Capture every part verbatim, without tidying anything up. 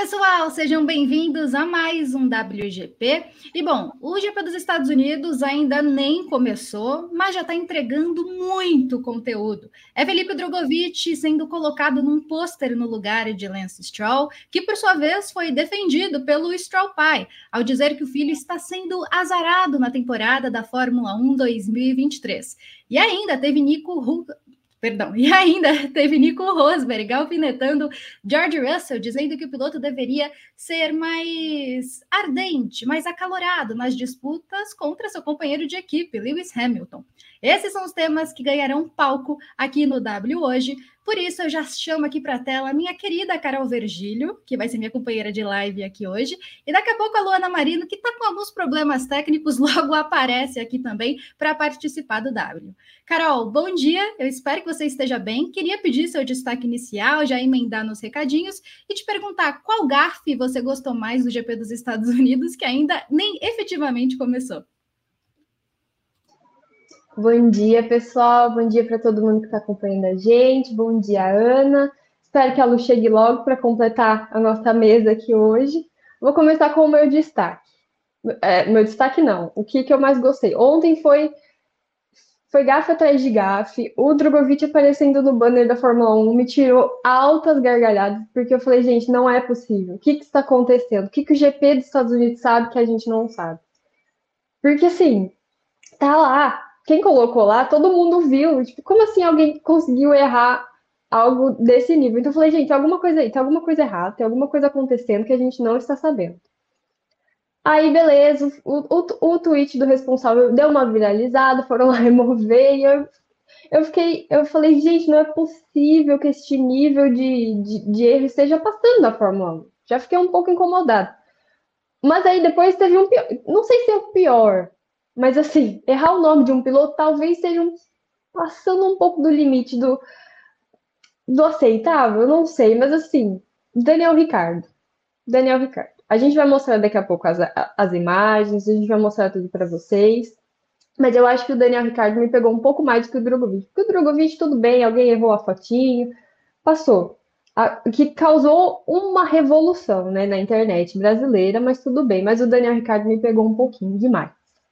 pessoal, sejam bem-vindos a mais um W G P. E bom, o G P dos Estados Unidos ainda nem começou, mas já está entregando muito conteúdo. É Felipe Drogovic sendo colocado num pôster no lugar de Lance Stroll, que por sua vez foi defendido pelo Stroll pai, ao dizer que o filho está sendo azarado na temporada da Fórmula um dois mil e vinte e três. E ainda teve Nico Huckenberg. Perdão, e ainda teve Nico Rosberg alfinetando George Russell, dizendo que o piloto deveria ser mais ardente, mais acalorado nas disputas contra seu companheiro de equipe, Lewis Hamilton. Esses são os temas que ganharão palco aqui no W hoje. Por isso, eu já chamo aqui para a tela a minha querida Carol Vergílio, que vai ser minha companheira de live aqui hoje, e daqui a pouco a Luana Marino, que está com alguns problemas técnicos, logo aparece aqui também para participar do W. Carol, bom dia, eu espero que você esteja bem. Queria pedir seu destaque inicial, já emendar nos recadinhos, e te perguntar qual gafe você gostou mais do G P dos Estados Unidos, que ainda nem efetivamente começou. Bom dia, pessoal. Bom dia para todo mundo que está acompanhando a gente. Bom dia, Ana. Espero que a Lu chegue logo para completar a nossa mesa aqui hoje. Vou começar com o meu destaque. É, meu destaque não. O que, que eu mais gostei? Ontem foi, foi gafe atrás de gafe. O Drogovic aparecendo no banner da Fórmula um me tirou altas gargalhadas, porque eu falei, gente, não é possível. O que, que está acontecendo? O que, que o G P dos Estados Unidos sabe que a gente não sabe? Porque, assim, tá lá. Quem colocou lá, todo mundo viu. Tipo, como assim alguém conseguiu errar algo desse nível? Então eu falei, gente, tem alguma coisa aí, tem alguma coisa errada, tem alguma coisa acontecendo que a gente não está sabendo. Aí, beleza, o, o, o tweet do responsável deu uma viralizada, foram lá remover, e eu, eu fiquei, eu falei, gente, não é possível que este nível de, de, de erro esteja passando da Fórmula um. Já fiquei um pouco incomodada. Mas aí depois teve um pior, não sei se é o pior, mas assim, errar o nome de um piloto talvez seja um, passando um pouco do limite do, do aceitável, eu não sei, mas assim, Daniel Ricciardo. Daniel Ricciardo. A gente vai mostrar daqui a pouco as, as imagens, a gente vai mostrar tudo para vocês. Mas eu acho que o Daniel Ricciardo me pegou um pouco mais do que o Drogovic. Porque o Drogovic, tudo bem, alguém errou a fotinho, passou. A, que causou uma revolução, né, na internet brasileira, mas tudo bem. Mas o Daniel Ricciardo me pegou um pouquinho demais.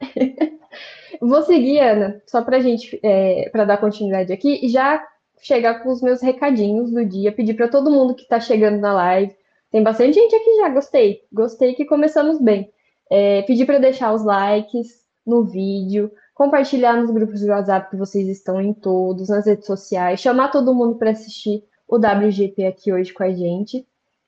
Vou seguir, Ana, só para gente, é, para dar continuidade aqui, e já chegar com os meus recadinhos do dia, pedir para todo mundo que está chegando na live, tem bastante gente aqui já, gostei, gostei que começamos bem. É, pedir para deixar os likes no vídeo, compartilhar nos grupos de WhatsApp que vocês estão em todos, nas redes sociais, chamar todo mundo para assistir o W G P aqui hoje com a gente.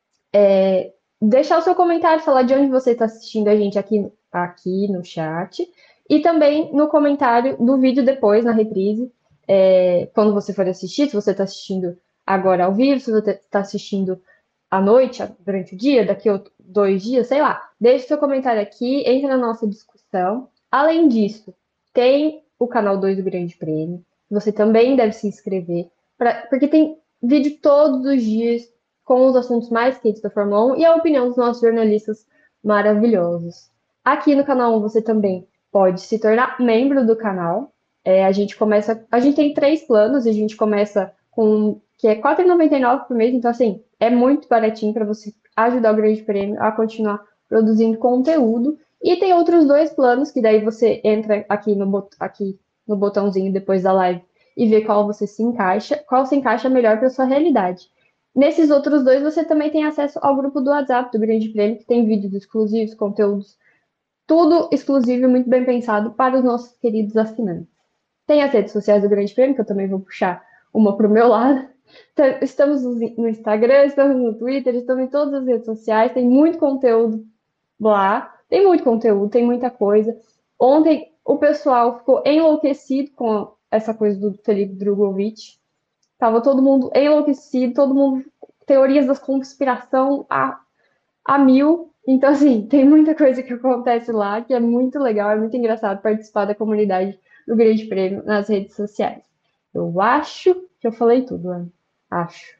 É, deixar o seu comentário, falar de onde você está assistindo a gente aqui, aqui no chat. E também no comentário do vídeo depois, na reprise, é, quando você for assistir, se você está assistindo agora ao vivo, se você está assistindo à noite, durante o dia, daqui a dois dias, sei lá. Deixe seu comentário aqui, entre na nossa discussão. Além disso, tem o canal dois do Grande Prêmio. Você também deve se inscrever, pra, porque tem vídeo todos os dias com os assuntos mais quentes da Fórmula um e a opinião dos nossos jornalistas maravilhosos. Aqui no canal um você também pode se tornar membro do canal. É, a gente começa, a gente tem três planos e a gente começa com que é quatro reais e noventa e nove centavos por mês, então assim, é muito baratinho para você ajudar o Grande Prêmio a continuar produzindo conteúdo. E tem outros dois planos que daí você entra aqui no, aqui no botãozinho depois da live e vê qual você se encaixa, qual se encaixa melhor para sua realidade. Nesses outros dois você também tem acesso ao grupo do WhatsApp do Grande Prêmio, que tem vídeos exclusivos, conteúdos tudo exclusivo e muito bem pensado para os nossos queridos assinantes. Tem as redes sociais do Grande Prêmio, que eu também vou puxar uma para o meu lado. Estamos no Instagram, estamos no Twitter, estamos em todas as redes sociais, tem muito conteúdo lá, tem muito conteúdo, tem muita coisa. Ontem o pessoal ficou enlouquecido com essa coisa do Felipe Drogovic. Tava todo mundo enlouquecido, todo mundo teorias da conspiração a, a mil. Então, assim, tem muita coisa que acontece lá, que é muito legal, é muito engraçado participar da comunidade do Grande Prêmio nas redes sociais. Eu acho que eu falei tudo, Ana. Acho.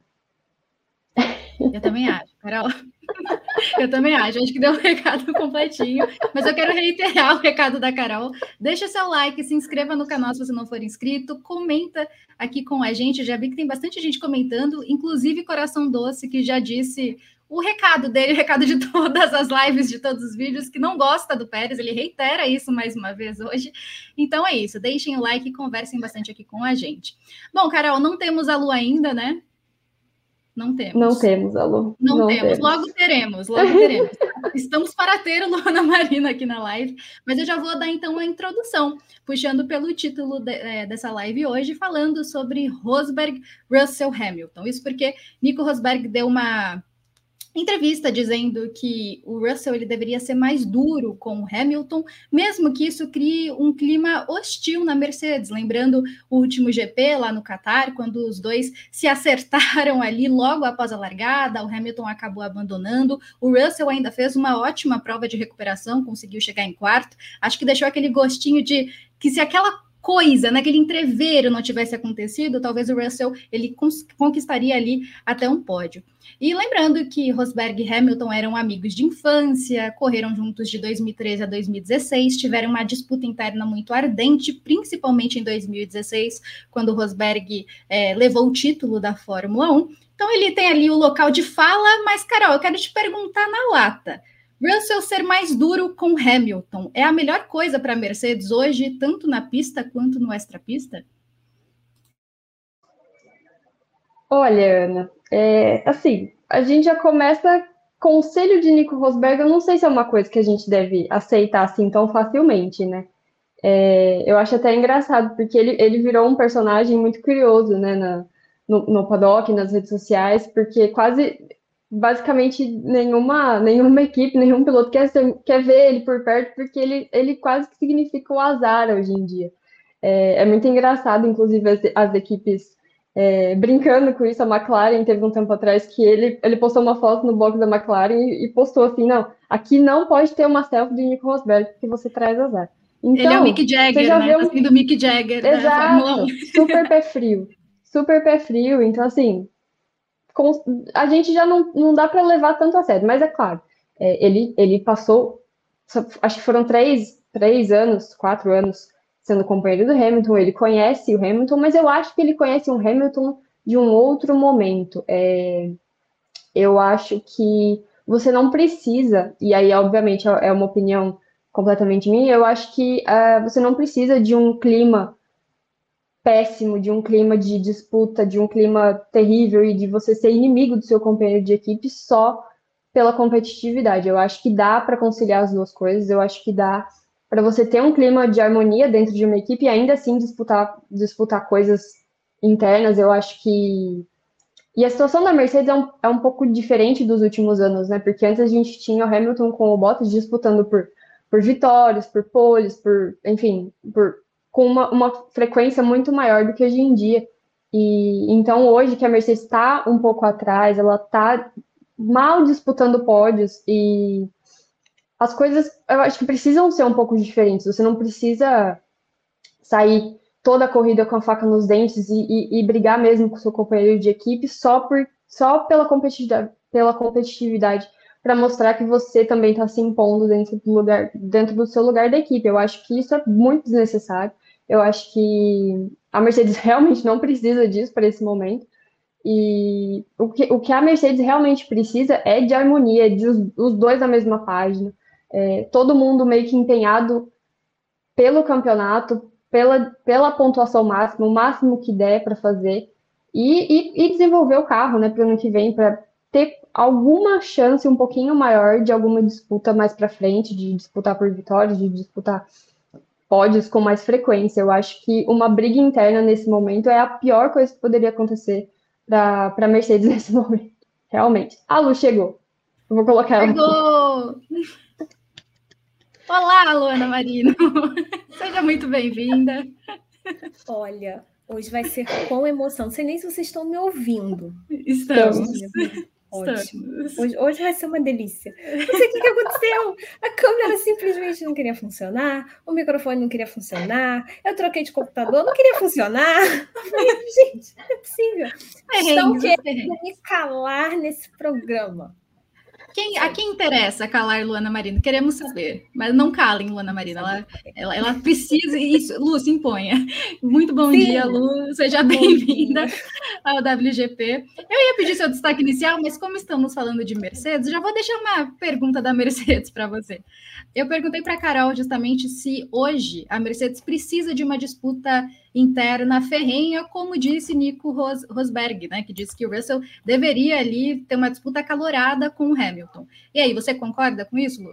Eu também acho, Carol. Eu também acho, acho que deu o um recado completinho, mas eu quero reiterar o recado da Carol. Deixa seu like, se inscreva no canal se você não for inscrito, comenta aqui com a gente, já vi que tem bastante gente comentando, inclusive Coração Doce, que já disse o recado dele, o recado de todas as lives, de todos os vídeos, que não gosta do Pérez, ele reitera isso mais uma vez hoje. Então é isso, deixem o like e conversem bastante aqui com a gente. Bom, Carol, não temos a Lu ainda, né? Não temos. Não temos, Alô. Não, não temos. temos, logo teremos, logo teremos. Estamos para ter Luana Marina aqui na live, mas eu já vou dar então uma introdução, puxando pelo título de, é, dessa live hoje, falando sobre Rosberg, Russell, Hamilton. Isso porque Nico Rosberg deu uma entrevista dizendo que o Russell ele deveria ser mais duro com o Hamilton, mesmo que isso crie um clima hostil na Mercedes. Lembrando o último G P lá no Qatar, quando os dois se acertaram ali logo após a largada, o Hamilton acabou abandonando, o Russell ainda fez uma ótima prova de recuperação, conseguiu chegar em quarto, acho que deixou aquele gostinho de que se aquela coisa, naquele entreveiro não tivesse acontecido, talvez o Russell ele conquistaria ali até um pódio. E lembrando que Rosberg e Hamilton eram amigos de infância, correram juntos de dois mil e treze a dois mil e dezesseis, tiveram uma disputa interna muito ardente, principalmente em dois mil e dezesseis, quando o Rosberg é, levou o título da Fórmula um. Então ele tem ali o local de fala, mas Carol, eu quero te perguntar na lata. Russell ser mais duro com Hamilton é a melhor coisa para a Mercedes hoje, tanto na pista quanto no extrapista? Olha, Ana, é, assim, a gente já começa conselho de Nico Rosberg, eu não sei se é uma coisa que a gente deve aceitar assim tão facilmente, né? É, eu acho até engraçado, porque ele, ele virou um personagem muito curioso, né, na, no, no paddock, nas redes sociais, porque quase... basicamente nenhuma, nenhuma equipe, nenhum piloto quer, ser, quer ver ele por perto, porque ele, ele quase que significa o azar hoje em dia. É, é muito engraçado, inclusive, as, as equipes é, brincando com isso. A McLaren teve um tempo atrás que ele, ele postou uma foto no box da McLaren e, e postou assim, não, aqui não pode ter uma selfie do Nico Rosberg, porque você traz azar. Então, ele é o Mick Jagger, já né? Um... Assim, do Mick Jagger Exato, da Fórmula um. Super pé frio, super pé frio, então assim... a gente já não, não dá para levar tanto a sério, mas é claro, é, ele, ele passou, acho que foram três, três anos, quatro anos sendo companheiro do Hamilton, ele conhece o Hamilton, mas eu acho que ele conhece um Hamilton de um outro momento. É, eu acho que você não precisa, e aí obviamente é uma opinião completamente minha, eu acho que uh, você não precisa de um clima péssimo, de um clima de disputa, de um clima terrível e de você ser inimigo do seu companheiro de equipe só pela competitividade. Eu acho que dá para conciliar as duas coisas, eu acho que dá para você ter um clima de harmonia dentro de uma equipe e ainda assim disputar, disputar coisas internas. Eu acho que... E a situação da Mercedes é um, é um pouco diferente dos últimos anos, né? Porque antes a gente tinha o Hamilton com o Bottas disputando por, por vitórias, por poles, por, enfim, por... com uma, uma frequência muito maior do que hoje em dia. E então, hoje que a Mercedes está um pouco atrás, ela está mal disputando pódios e as coisas, eu acho que precisam ser um pouco diferentes. Você não precisa sair toda a corrida com a faca nos dentes e, e, e brigar mesmo com o seu companheiro de equipe só, por, só pela competitividade, pela competitividade para mostrar que você também está se impondo dentro do, lugar, dentro do seu lugar da equipe. Eu acho que isso é muito desnecessário. Eu acho que a Mercedes realmente não precisa disso para esse momento. E o que, o que a Mercedes realmente precisa é de harmonia, de os, os dois na mesma página. É, todo mundo meio que empenhado pelo campeonato, pela, pela pontuação máxima, o máximo que der para fazer. E, e, e desenvolver o carro, né, para o ano que vem, para ter alguma chance um pouquinho maior de alguma disputa mais para frente, de disputar por vitórias, de disputar pódios com mais frequência. Eu acho que uma briga interna nesse momento é a pior coisa que poderia acontecer para a Mercedes nesse momento. Realmente. A Lu chegou. Eu vou colocar ela. Chegou! Olá, Luana Marino. Seja muito bem-vinda. Olha, hoje vai ser com emoção. Não sei nem se vocês estão me ouvindo. Estamos. Ótimo. Hoje, hoje vai ser uma delícia. Não sei o que, que aconteceu. A câmera simplesmente não queria funcionar, o microfone não queria funcionar, eu troquei de computador, não queria funcionar. Eu falei, gente, não é possível. Estão querendo me calar nesse programa. Quem, a quem interessa calar Luana Marino? Queremos saber. Mas não calem Luana Marino. Ela, ela, ela precisa... Isso, Lu, se imponha. Muito bom Sim. dia, Lu. Seja bem-vinda. ao W G P. Eu ia pedir seu destaque inicial, mas como estamos falando de Mercedes, já vou deixar uma pergunta da Mercedes para você. Eu perguntei para a Carol justamente se hoje a Mercedes precisa de uma disputa interna ferrenha, como disse Nico Ros Rosberg, né, que disse que o Russell deveria ali ter uma disputa acalorada com o Hamilton. E aí, você concorda com isso, Lu?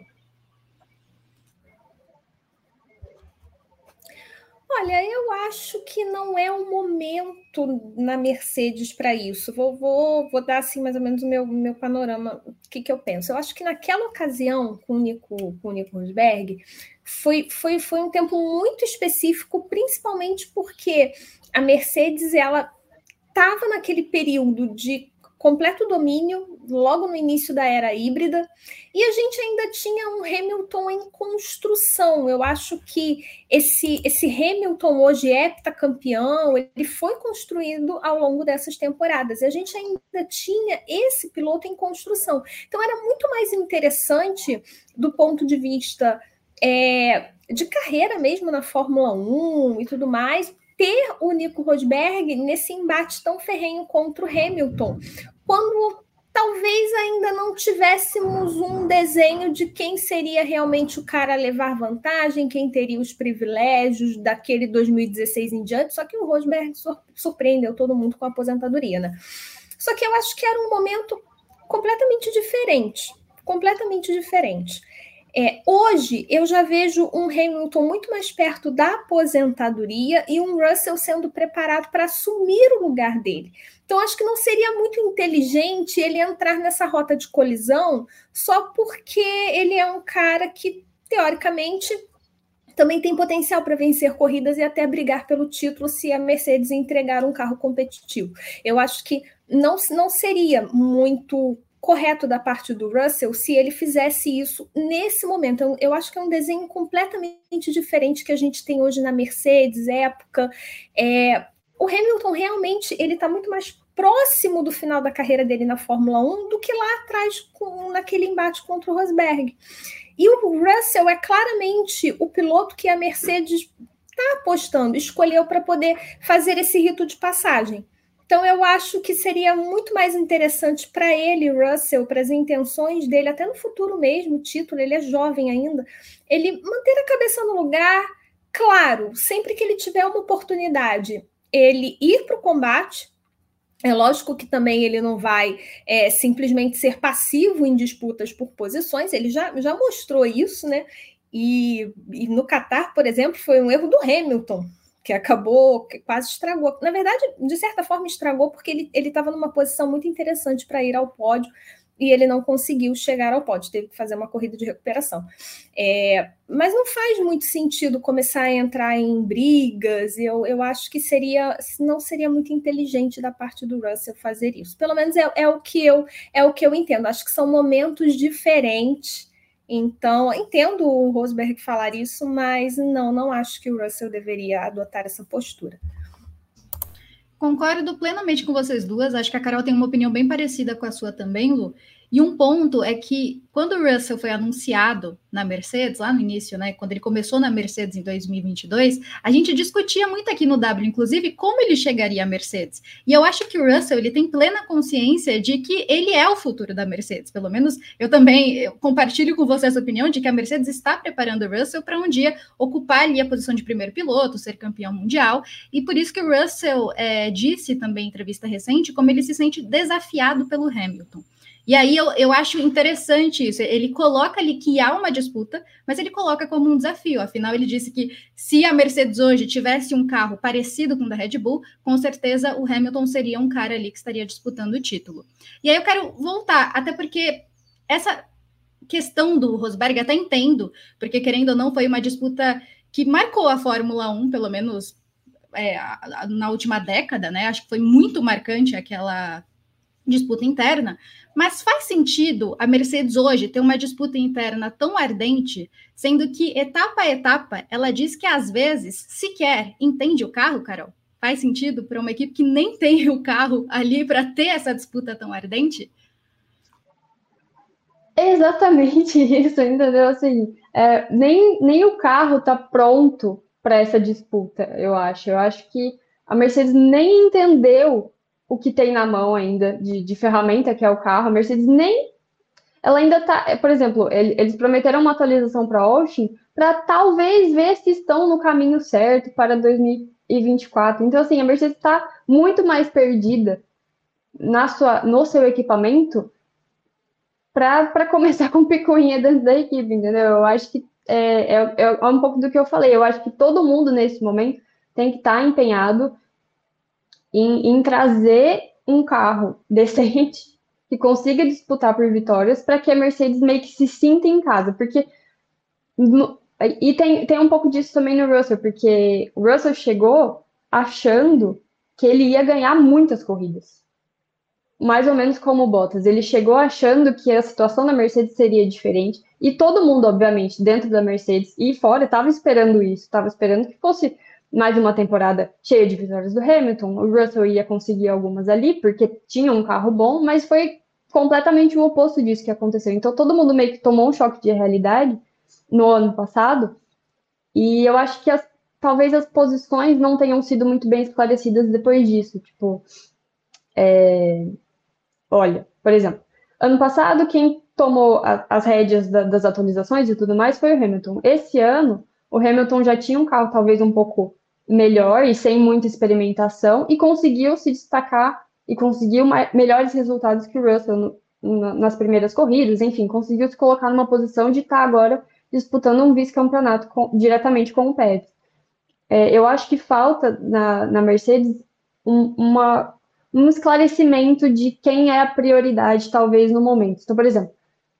Olha, eu acho que não é o momento na Mercedes para isso. Vou, vou, vou dar assim mais ou menos o meu, meu panorama, o que, que eu penso. Eu acho que naquela ocasião com o Nico, com o Nico Rosberg foi, foi, foi um tempo muito específico, principalmente porque a Mercedes ela estava naquele período de completo domínio, logo no início da era híbrida, e a gente ainda tinha um Hamilton em construção. Eu acho que esse, esse Hamilton hoje heptacampeão, ele foi construído ao longo dessas temporadas, e a gente ainda tinha esse piloto em construção. Então era muito mais interessante do ponto de vista é, de carreira mesmo na Fórmula um e tudo mais, ter o Nico Rosberg nesse embate tão ferrenho contra o Hamilton, quando talvez ainda não tivéssemos um desenho de quem seria realmente o cara a levar vantagem, quem teria os privilégios daquele dois mil e dezesseis em diante, só que o Rosberg surpreendeu todo mundo com a aposentadoria, né? Só que eu acho que era um momento completamente diferente, completamente diferente. É, hoje eu já vejo um Hamilton muito mais perto da aposentadoria e um Russell sendo preparado para assumir o lugar dele. Então acho que não seria muito inteligente ele entrar nessa rota de colisão só porque ele é um cara que, teoricamente, também tem potencial para vencer corridas e até brigar pelo título se a Mercedes entregar um carro competitivo. Eu acho que não, não seria muito correto da parte do Russell se ele fizesse isso nesse momento. Eu, eu acho que é um desenho completamente diferente que a gente tem hoje na Mercedes, época. É, o Hamilton realmente ele está muito mais próximo do final da carreira dele na Fórmula um do que lá atrás com, naquele embate contra o Rosberg. E o Russell é claramente o piloto que a Mercedes está apostando, escolheu para poder fazer esse rito de passagem. Então, eu acho que seria muito mais interessante para ele, Russell, para as intenções dele, até no futuro mesmo, o título, ele é jovem ainda, ele manter a cabeça no lugar, claro, sempre que ele tiver uma oportunidade, ele ir para o combate. É lógico que também ele não vai é, simplesmente ser passivo em disputas por posições, ele já, já mostrou isso, né? E, e no Qatar, por exemplo, foi um erro do Hamilton, que acabou, que quase estragou. Na verdade, de certa forma, estragou porque ele estava numa posição muito interessante para ir ao pódio e ele não conseguiu chegar ao pódio, teve que fazer uma corrida de recuperação. É, mas não faz muito sentido começar a entrar em brigas, eu, eu acho que seria, não seria muito inteligente da parte do Russell fazer isso. Pelo menos é, é, o, que eu, é o que eu entendo, acho que são momentos diferentes. Então, entendo o Rosberg falar isso, mas não, não acho que o Russell deveria adotar essa postura. Concordo plenamente com vocês duas, acho que a Carol tem uma opinião bem parecida com a sua também, Lu. E um ponto é que quando o Russell foi anunciado na Mercedes, lá no início, né, quando ele começou na Mercedes em dois mil e vinte e dois, a gente discutia muito aqui no W, inclusive, como ele chegaria à Mercedes. E eu acho que o Russell, ele tem plena consciência de que ele é o futuro da Mercedes. Pelo menos eu também eu compartilho com você essa opinião de que a Mercedes está preparando o Russell para um dia ocupar ali a posição de primeiro piloto, ser campeão mundial. E por isso que o Russell é, disse também em entrevista recente como ele se sente desafiado pelo Hamilton. E aí eu, eu acho interessante isso, ele coloca ali que há uma disputa, mas ele coloca como um desafio, afinal ele disse que se a Mercedes hoje tivesse um carro parecido com o da Red Bull, com certeza o Hamilton seria um cara ali que estaria disputando o título. E aí eu quero voltar, até porque essa questão do Rosberg até entendo, porque querendo ou não foi uma disputa que marcou a Fórmula um, pelo menos é, na última década, né, acho que foi muito marcante aquela disputa interna, mas faz sentido a Mercedes hoje ter uma disputa interna tão ardente, sendo que etapa a etapa, ela diz que às vezes sequer entende o carro, Carol? Faz sentido para uma equipe que nem tem o carro ali para ter essa disputa tão ardente? É exatamente isso, entendeu? Assim, é, nem, nem o carro está pronto para essa disputa, eu acho. Eu acho que a Mercedes nem entendeu o que tem na mão ainda de, de ferramenta, que é o carro. A Mercedes nem... Ela ainda está... Por exemplo, eles prometeram uma atualização para Austin para talvez ver se estão no caminho certo para dois mil e vinte e quatro. Então, assim, a Mercedes está muito mais perdida na sua, no seu equipamento para começar com picuinha dentro da equipe, entendeu? Eu acho que é, é, é um pouco do que eu falei. Eu acho que todo mundo, nesse momento, tem que estar tá empenhado em, em trazer um carro decente que consiga disputar por vitórias para que a Mercedes meio que se sinta em casa. Porque... E tem, tem um pouco disso também no Russell, porque o Russell chegou achando que ele ia ganhar muitas corridas. Mais ou menos como o Bottas. Ele chegou achando que a situação da Mercedes seria diferente. E todo mundo, obviamente, dentro da Mercedes e fora, estava esperando isso. Estava esperando que fosse mais uma temporada cheia de vitórias do Hamilton. O Russell ia conseguir algumas ali, porque tinha um carro bom, mas foi completamente o oposto disso que aconteceu. Então, todo mundo meio que tomou um choque de realidade no ano passado. E eu acho que as, talvez as posições não tenham sido muito bem esclarecidas depois disso. Tipo, é... olha, por exemplo, ano passado quem tomou a, as rédeas da, das atualizações e tudo mais foi o Hamilton. Esse ano, o Hamilton já tinha um carro talvez um pouco melhor e sem muita experimentação e conseguiu se destacar e conseguiu mais, melhores resultados que o Russell no, no, nas primeiras corridas. Enfim, conseguiu se colocar numa posição de estar agora disputando um vice-campeonato com, diretamente com o Pérez. É, eu acho que falta na, na Mercedes um, uma... um esclarecimento de quem é a prioridade, talvez, no momento. Então, por exemplo,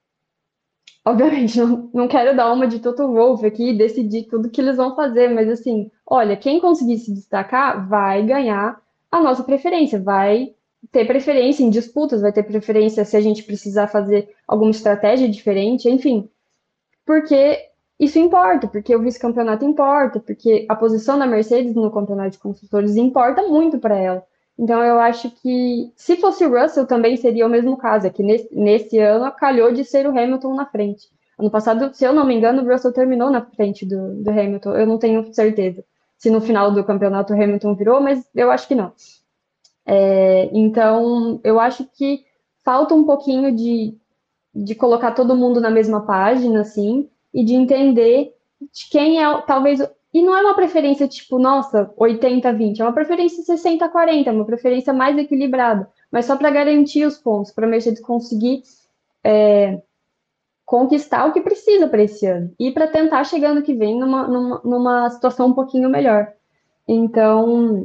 obviamente, não, não quero dar uma de Toto Wolff aqui e decidir tudo que eles vão fazer, mas assim, olha, quem conseguir se destacar vai ganhar a nossa preferência, vai ter preferência em disputas, vai ter preferência se a gente precisar fazer alguma estratégia diferente, enfim, porque isso importa, porque o vice-campeonato importa, porque a posição da Mercedes no campeonato de construtores importa muito para ela. Então, eu acho que, se fosse o Russell, também seria o mesmo caso, é que nesse, nesse ano calhou de ser o Hamilton na frente. Ano passado, se eu não me engano, o Russell terminou na frente do, do Hamilton, eu não tenho certeza se no final do campeonato o Hamilton virou, mas eu acho que não. É, então, eu acho que falta um pouquinho de, de colocar todo mundo na mesma página, assim, e de entender de quem é, talvez... E não é uma preferência tipo, nossa, oitenta a vinte, é uma preferência sessenta a quarenta, uma preferência mais equilibrada, mas só para garantir os pontos, para a Mercedes conseguir é, conquistar o que precisa para esse ano, e para tentar chegar ano que vem numa, numa, numa situação um pouquinho melhor. Então,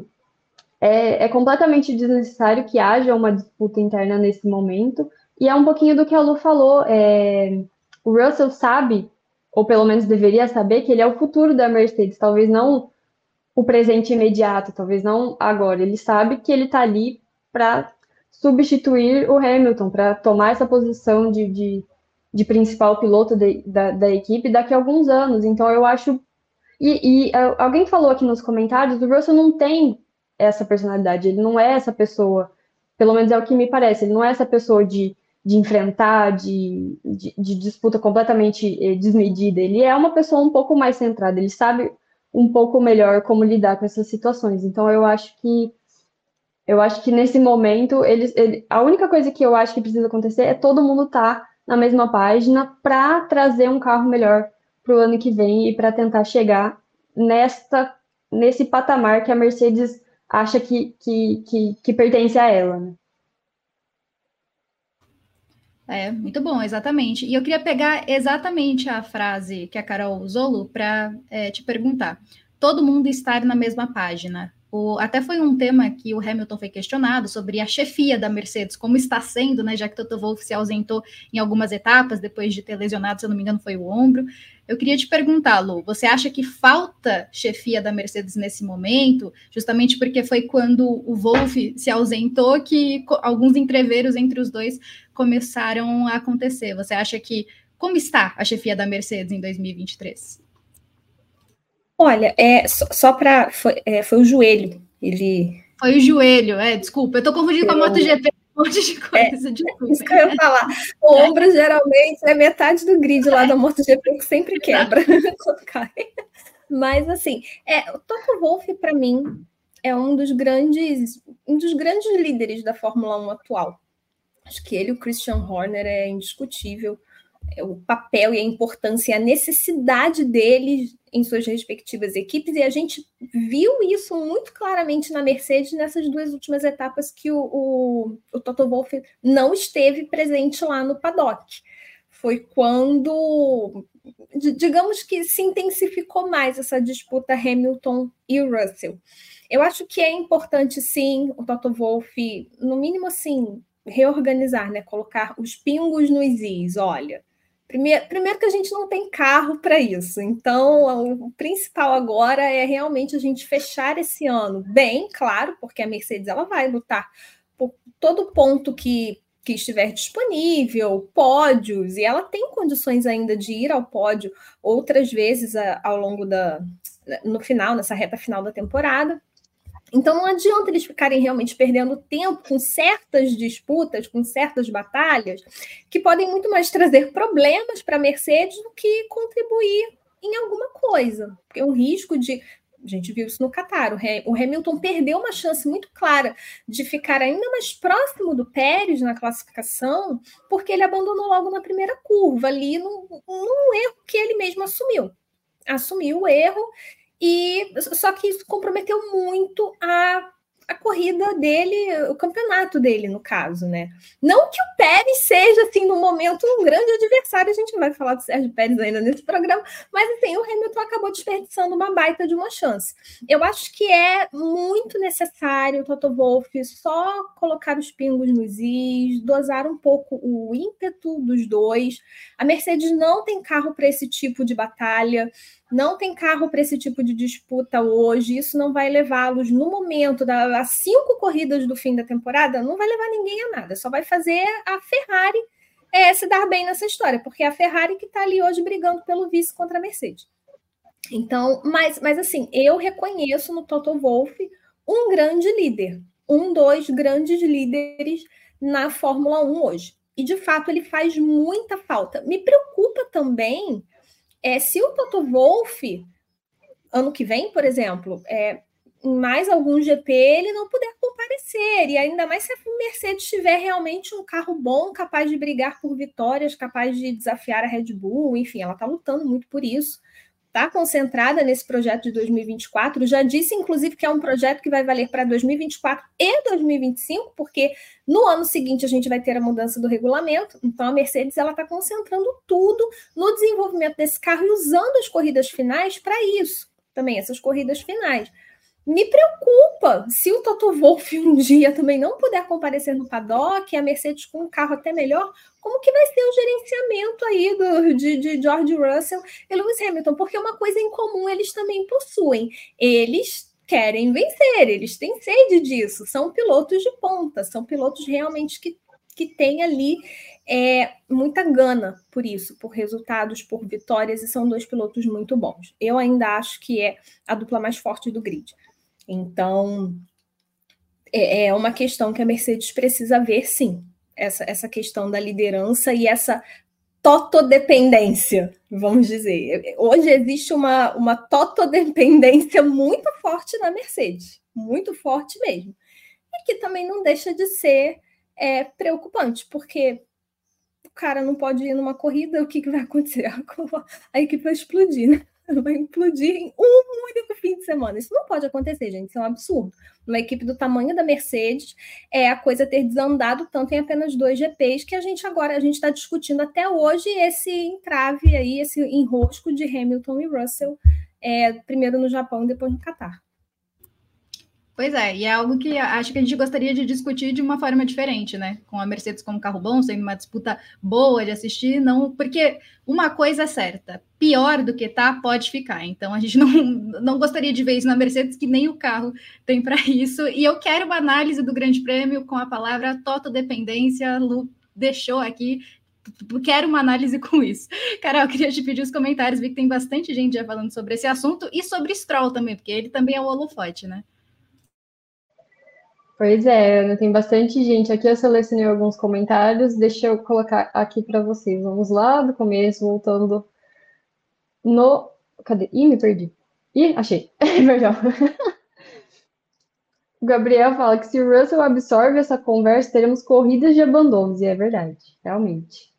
é, é completamente desnecessário que haja uma disputa interna nesse momento, e é um pouquinho do que a Lu falou, é, o Russell sabe, ou pelo menos deveria saber, que ele é o futuro da Mercedes, talvez não o presente imediato, talvez não agora. Ele sabe que ele está ali para substituir o Hamilton, para tomar essa posição de, de, de principal piloto de, da, da equipe daqui a alguns anos. Então, eu acho... E, e alguém falou aqui nos comentários, o Russell não tem essa personalidade, ele não é essa pessoa, pelo menos é o que me parece, ele não é essa pessoa de de enfrentar, de, de, de disputa completamente eh, desmedida. Ele é uma pessoa um pouco mais centrada, ele sabe um pouco melhor como lidar com essas situações. Então, eu acho que eu acho que nesse momento, eles, ele, a única coisa que eu acho que precisa acontecer é todo mundo estar na mesma página para trazer um carro melhor para o ano que vem e para tentar chegar nesta, nesse patamar que a Mercedes acha que, que, que, que pertence a ela, né? É, muito bom, exatamente. E eu queria pegar exatamente a frase que a Carol usou para é, te perguntar. Todo mundo estar na mesma página. O, até foi um tema que o Hamilton foi questionado sobre a chefia da Mercedes, como está sendo, né, já que Toto Wolff se ausentou em algumas etapas, depois de ter lesionado, se eu não me engano, foi o ombro. Eu queria te perguntar, Lu, você acha que falta chefia da Mercedes nesse momento, justamente porque foi quando o Wolff se ausentou que alguns entreveros entre os dois começaram a acontecer? Você acha que, como está a chefia da Mercedes em dois mil e vinte e três? Olha, é, só, só para... Foi, é, foi o joelho, ele... Foi o joelho, é, desculpa, eu tô confundindo eu... com a MotoGP, um monte de coisa, é, desculpa. Isso que eu ia falar, o ombro geralmente é metade do grid lá da MotoGP que sempre quebra quando cai. Mas, assim, é, o Toto Wolff, para mim, é um dos grandes, um dos grandes líderes da Fórmula um atual. Acho que ele, o Christian Horner, é indiscutível. O papel e a importância e a necessidade deles em suas respectivas equipes, e a gente viu isso muito claramente na Mercedes nessas duas últimas etapas que o, o, o Toto Wolff não esteve presente lá no paddock. Foi quando, digamos que se intensificou mais essa disputa Hamilton e Russell. Eu acho que é importante, sim, o Toto Wolff, no mínimo, assim, reorganizar, né? Colocar os pingos nos is. Olha, Primeiro, primeiro que a gente não tem carro para isso, então o principal agora é realmente a gente fechar esse ano bem, claro, porque a Mercedes ela vai lutar por todo ponto que, que estiver disponível, pódios, e ela tem condições ainda de ir ao pódio outras vezes a, ao longo da, no final, nessa reta final da temporada. Então não adianta eles ficarem realmente perdendo tempo com certas disputas, com certas batalhas, que podem muito mais trazer problemas para a Mercedes do que contribuir em alguma coisa. Porque o risco de... A gente viu isso no Qatar. O Hamilton perdeu uma chance muito clara de ficar ainda mais próximo do Pérez na classificação, porque ele abandonou logo na primeira curva, ali num, num erro que ele mesmo assumiu. Assumiu o erro. E só que isso comprometeu muito a, a corrida dele, o campeonato dele, no caso, né? Não que o Pérez seja, assim, no momento, um grande adversário, a gente não vai falar do Sérgio Pérez ainda nesse programa, mas, assim, o Hamilton acabou desperdiçando uma baita de uma chance. Eu acho que é muito necessário o Toto Wolff só colocar os pingos nos is, dosar um pouco o ímpeto dos dois. A Mercedes não tem carro para esse tipo de batalha, não tem carro para esse tipo de disputa hoje, isso não vai levá-los no momento das cinco corridas do fim da temporada, não vai levar ninguém a nada, só vai fazer a Ferrari é, se dar bem nessa história, porque é a Ferrari que está ali hoje brigando pelo vice contra a Mercedes. Então, mas, mas assim, eu reconheço no Toto Wolff um grande líder, um dos grandes líderes na Fórmula um hoje. E, de fato, ele faz muita falta. Me preocupa também É, se o Toto Wolff, ano que vem, por exemplo, é, em mais algum G P, ele não puder comparecer, e ainda mais se a Mercedes tiver realmente um carro bom, capaz de brigar por vitórias, capaz de desafiar a Red Bull, enfim, ela está lutando muito por isso, está concentrada nesse projeto de dois mil e vinte e quatro, já disse, inclusive, que é um projeto que vai valer para dois mil e vinte e quatro e dois mil e vinte e cinco, porque no ano seguinte a gente vai ter a mudança do regulamento, então a Mercedes ela está concentrando tudo no desenvolvimento desse carro e usando as corridas finais para isso, também essas corridas finais. Me preocupa se o Toto Wolff um dia também não puder comparecer no paddock, a Mercedes com um carro até melhor, como que vai ser o gerenciamento aí do, de, de George Russell e Lewis Hamilton? Porque uma coisa em comum eles também possuem, eles querem vencer, eles têm sede disso, são pilotos de ponta, são pilotos realmente que, que têm ali é, muita gana por isso, por resultados, por vitórias, e são dois pilotos muito bons. Eu ainda acho que é a dupla mais forte do grid. Então, é uma questão que a Mercedes precisa ver, sim, essa, essa questão da liderança e essa totodependência, vamos dizer. Hoje existe uma, uma totodependência muito forte na Mercedes, muito forte mesmo, e que também não deixa de ser é, preocupante, porque o cara não pode ir numa corrida, o que, que vai acontecer? A equipe vai explodir, né? Vai implodir em um único fim de semana. Isso não pode acontecer, gente. Isso é um absurdo. Uma equipe do tamanho da Mercedes, é a coisa ter desandado tanto em apenas dois G Ps, que a gente agora a gente está discutindo até hoje esse entrave aí, esse enrosco de Hamilton e Russell, é, primeiro no Japão e depois no Qatar. Pois é, e é algo que acho que a gente gostaria de discutir de uma forma diferente, né? Com a Mercedes como carro bom, sendo uma disputa boa de assistir, não, porque uma coisa é certa, pior do que tá, pode ficar. Então a gente não, não gostaria de ver isso na Mercedes, que nem o carro tem para isso. E eu quero uma análise do Grande Prêmio com a palavra totodependência. Lu deixou aqui. Quero uma análise com isso. Carol, eu queria te pedir os comentários, vi que tem bastante gente já falando sobre esse assunto e sobre Stroll também, porque ele também é o holofote, né? Pois é, Ana, tem bastante gente aqui. Eu selecionei alguns comentários, deixa eu colocar aqui para vocês. Vamos lá do começo, voltando no. Cadê? Ih, me perdi. Ih, achei. Perdão. O Gabriel fala que se o Russell absorve essa conversa, teremos corridas de abandonos. E é verdade, realmente.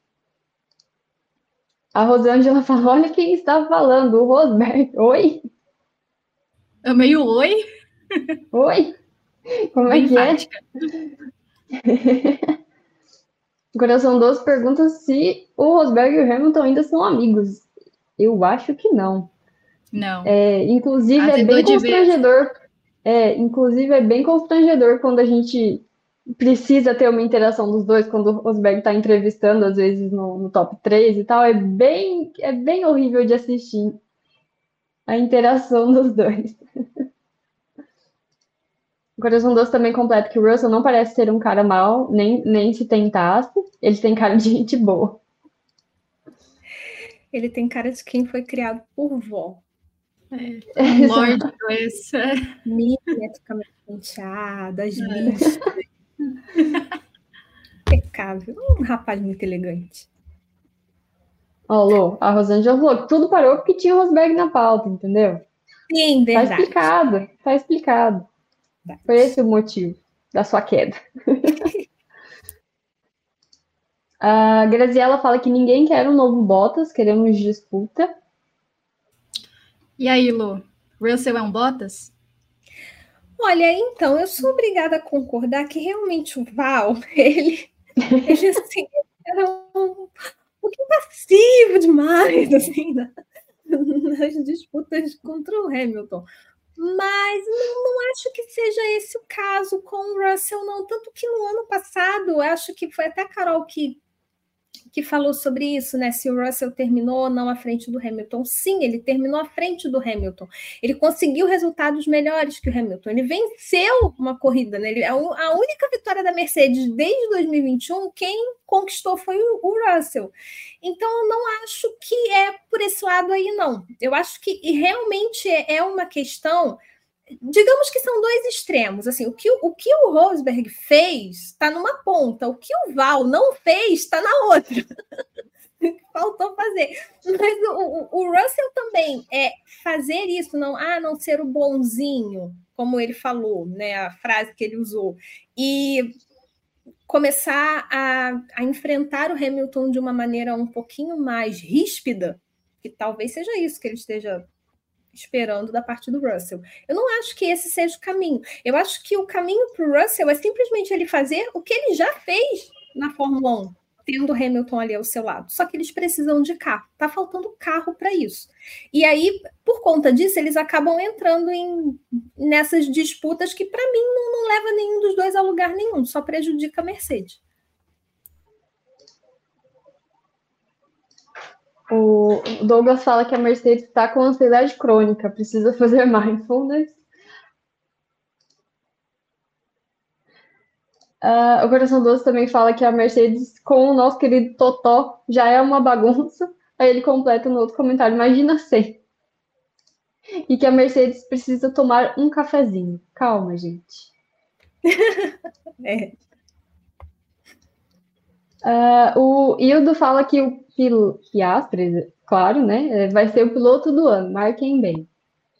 A Rosângela fala, olha quem está falando, o Rosberg. Oi? Eu meio oi? Oi? Como Bem é que enfática. é? O Coração Doce pergunta se o Rosberg e o Hamilton ainda são amigos. Eu acho que não. Não. É, inclusive, é Azedou bem de vez. constrangedor. É, inclusive, é bem constrangedor quando a gente precisa ter uma interação dos dois, quando o Rosberg está entrevistando, às vezes, no, no top três e tal. É bem, é bem horrível de assistir a interação dos dois. O Coração Doce também completa que o Russell não parece ser um cara mau, nem, nem se tentasse. Ele tem cara de gente boa. Ele tem cara de quem foi criado por vó. É, um lorde esse. Milimetricamente penteado, as listas. Impecável. Um rapaz muito elegante. Ó, Lô, a Rosângela falou que tudo parou porque tinha o Rosberg na pauta, entendeu? Sim, Tá verdade. explicado, tá explicado. Verdade. Foi esse o motivo da sua queda. A Graziella fala que ninguém quer um novo Bottas, queremos disputa. E aí, Lu? Russell é um Bottas? Olha, então, eu sou obrigada a concordar que realmente o Val, ele, ele assim, era um, um pouquinho passivo demais, assim, na, nas disputas contra o Hamilton. Mas não, não acho que seja esse o caso com o Russell, não. Tanto que no ano passado, eu acho que foi até a Carol que, que falou sobre isso, né? Se o Russell terminou ou não à frente do Hamilton. Sim, ele terminou à frente do Hamilton. Ele conseguiu resultados melhores que o Hamilton. Ele venceu uma corrida, né? Ele, a, a única vitória da Mercedes desde dois mil e vinte e um, quem conquistou foi o, o Russell. Então, eu não acho que é por esse lado aí, não. Eu acho que realmente é uma questão... Digamos que são dois extremos. Assim, o que o, que o Rosberg fez está numa ponta, o que o Val não fez está na outra. Faltou fazer. Mas o, o, o Russell também é fazer isso, não, ah, não ser o bonzinho, como ele falou, né? A frase que ele usou, e começar a, a enfrentar o Hamilton de uma maneira um pouquinho mais ríspida, que talvez seja isso que ele esteja esperando da parte do Russell. Eu não acho que esse seja o caminho. Eu acho que o caminho para o Russell é simplesmente ele fazer o que ele já fez na Fórmula um, tendo o Hamilton ali ao seu lado. Só que eles precisam de carro. Tá faltando carro para isso. E aí, por conta disso, eles acabam entrando em, nessas disputas que, para mim, não, não leva nenhum dos dois a lugar nenhum. Só prejudica a Mercedes. O Douglas fala que a Mercedes está com ansiedade crônica, precisa fazer mindfulness. Uh, o Coração Doce também fala que a Mercedes, com o nosso querido Totó, já é uma bagunça. Aí ele completa no outro comentário, imagina ser. E que a Mercedes precisa tomar um cafezinho. Calma, gente. É. Uh, o Hildo fala que o pil... Piastri, claro, né? Vai ser o piloto do ano, marquem bem.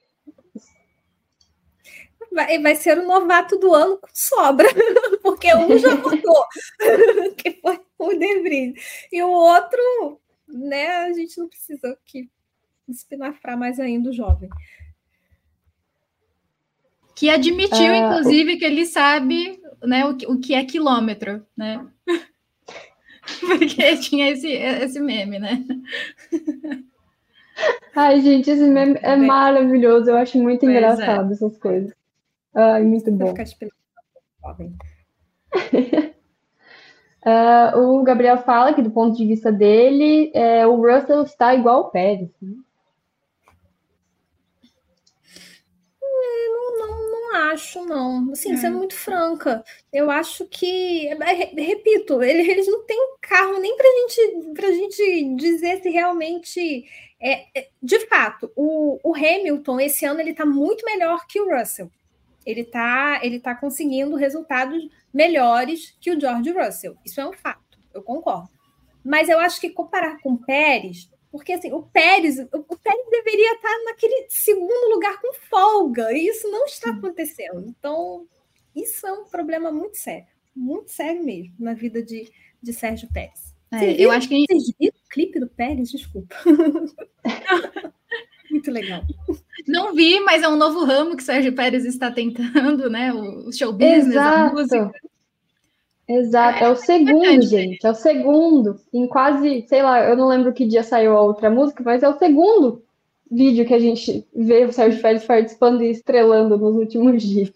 Vai, vai ser o novato do ano com sobra, porque um já votou, que foi o De Vries. E o outro, né, a gente não precisa que espinafrar mais ainda o jovem. Que admitiu, uh, inclusive, o... que ele sabe, né, o, o que é quilômetro, né? Porque tinha esse, esse meme, né? Ai, gente, esse meme é maravilhoso. Eu acho muito pois engraçado é. essas coisas. Ai, muito bom. uh, o Gabriel fala que, do ponto de vista dele, é, o Russell está igual o Pérez. Né? Não, não, não acho, não. Assim, sendo muito franca, eu acho que, repito, eles não têm carro nem para gente, pra gente dizer se realmente... É, de fato, o, o Hamilton, esse ano, ele está muito melhor que o Russell. Ele está ele tá conseguindo resultados melhores que o George Russell. Isso é um fato, eu concordo. Mas eu acho que comparar com o Pérez, porque assim, o Pérez, o Pérez deveria estar naquele segundo lugar com folga, e isso não está acontecendo. Então, Isso é um problema muito sério, muito sério mesmo, na vida de, de Sérgio Pérez. É, Vocês eu viram, acho que... Vocês viram o clipe do Pérez? Desculpa. Muito legal. Não vi, mas é um novo ramo que Sérgio Pérez está tentando, né? O show business, Exato. a música. Exato, é, é o segundo, gente, é o segundo. Em quase, sei lá, eu não lembro que dia saiu a outra música, mas é o segundo vídeo que a gente vê o Sérgio Pérez participando e estrelando nos últimos dias.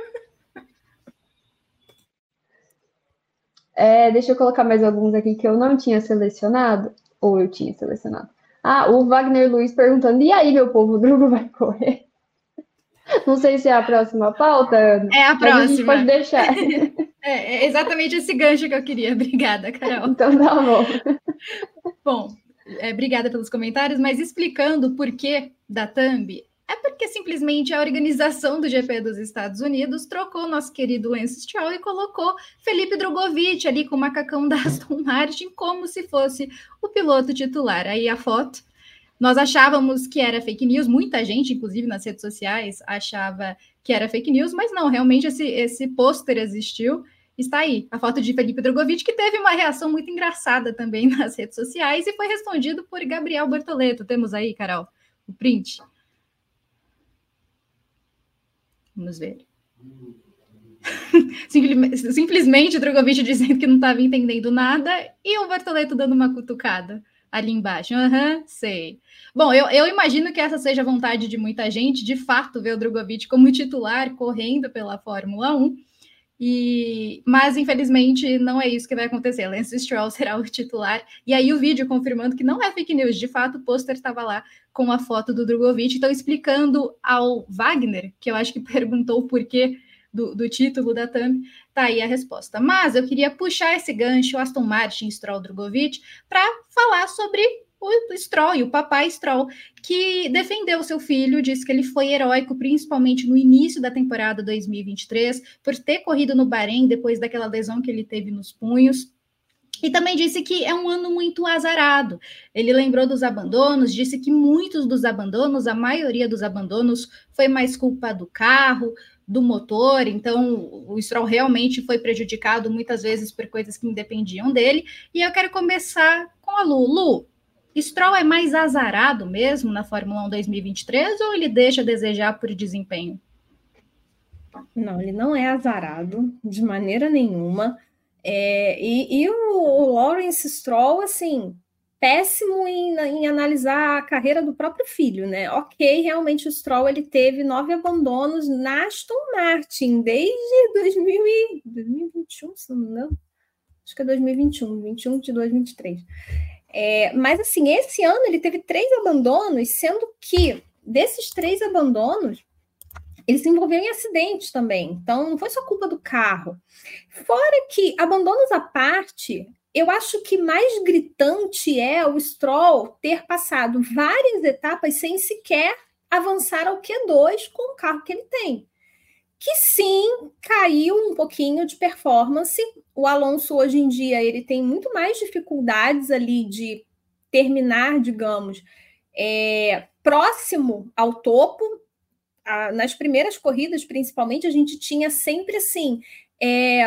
É, deixa eu colocar mais alguns aqui que eu não tinha selecionado, ou eu tinha selecionado. Ah, o Wagner Luiz perguntando, e aí, meu povo, o Drugo vai correr? Não sei se é a próxima pauta, Ana. É a próxima. Mas a gente pode deixar. É, é exatamente esse gancho que eu queria. Obrigada, Carol. Então tá bom. Bom, é, obrigada pelos comentários, mas explicando o porquê da thumb, é porque simplesmente a organização do G P dos Estados Unidos trocou nosso querido Lance Stroll e colocou Felipe Drogovic ali com o macacão da Aston Martin como se fosse o piloto titular. Aí a foto, nós achávamos que era fake news, muita gente, inclusive nas redes sociais, achava que era fake news, mas não, realmente esse, esse pôster existiu. Está aí, a foto de Felipe Drogovic, que teve uma reação muito engraçada também nas redes sociais e foi respondido por Gabriel Bortoleto. Temos aí, Carol, o print. Vamos ver. Simplesmente o Drogovic dizendo que não estava entendendo nada e o Bortoleto dando uma cutucada ali embaixo. Aham, uhum, sei. Bom, eu, eu imagino que essa seja a vontade de muita gente, de fato, ver o Drogovic como titular correndo pela Fórmula um. E, mas, infelizmente, não é isso que vai acontecer. Lance Stroll será o titular. E aí o vídeo confirmando que não é fake news. De fato, o pôster estava lá com a foto do Drogovic. Então, explicando ao Wagner, que eu acho que perguntou o porquê do, do título da thumb, tá aí a resposta. Mas eu queria puxar esse gancho, Aston Martin, Stroll, Drogovic, para falar sobre o Stroll, o papai Stroll, que defendeu seu filho, disse que ele foi heróico, principalmente no início da temporada dois mil e vinte e três, por ter corrido no Bahrein depois daquela lesão que ele teve nos punhos. E também disse que é um ano muito azarado. Ele lembrou dos abandonos, disse que muitos dos abandonos, a maioria dos abandonos, foi mais culpa do carro, do motor, então o Stroll realmente foi prejudicado muitas vezes por coisas que independiam dele. E eu quero começar com a Lu. Lu, Stroll é mais azarado mesmo na Fórmula um dois mil e vinte e três ou ele deixa a desejar por desempenho? Não, ele não é azarado de maneira nenhuma. É, e, e o, o Lawrence Stroll, assim, péssimo em, em analisar a carreira do próprio filho, né? Ok, realmente o Stroll ele teve nove abandonos na Aston Martin desde dois mil e vinte e um, se não me engano. Acho que é dois mil e vinte e um, vinte e um de dois mil e vinte e três. É, mas, assim, esse ano ele teve três abandonos, sendo que desses três abandonos, ele se envolveu em acidentes também. Então, não foi só culpa do carro. Fora que, abandonos à parte, eu acho que mais gritante é o Stroll ter passado várias etapas sem sequer avançar ao Q dois com o carro que ele tem. Que sim, caiu um pouquinho de performance. O Alonso, hoje em dia, ele tem muito mais dificuldades ali de terminar, digamos, é, próximo ao topo. Ah, nas primeiras corridas, principalmente, a gente tinha sempre, assim, é,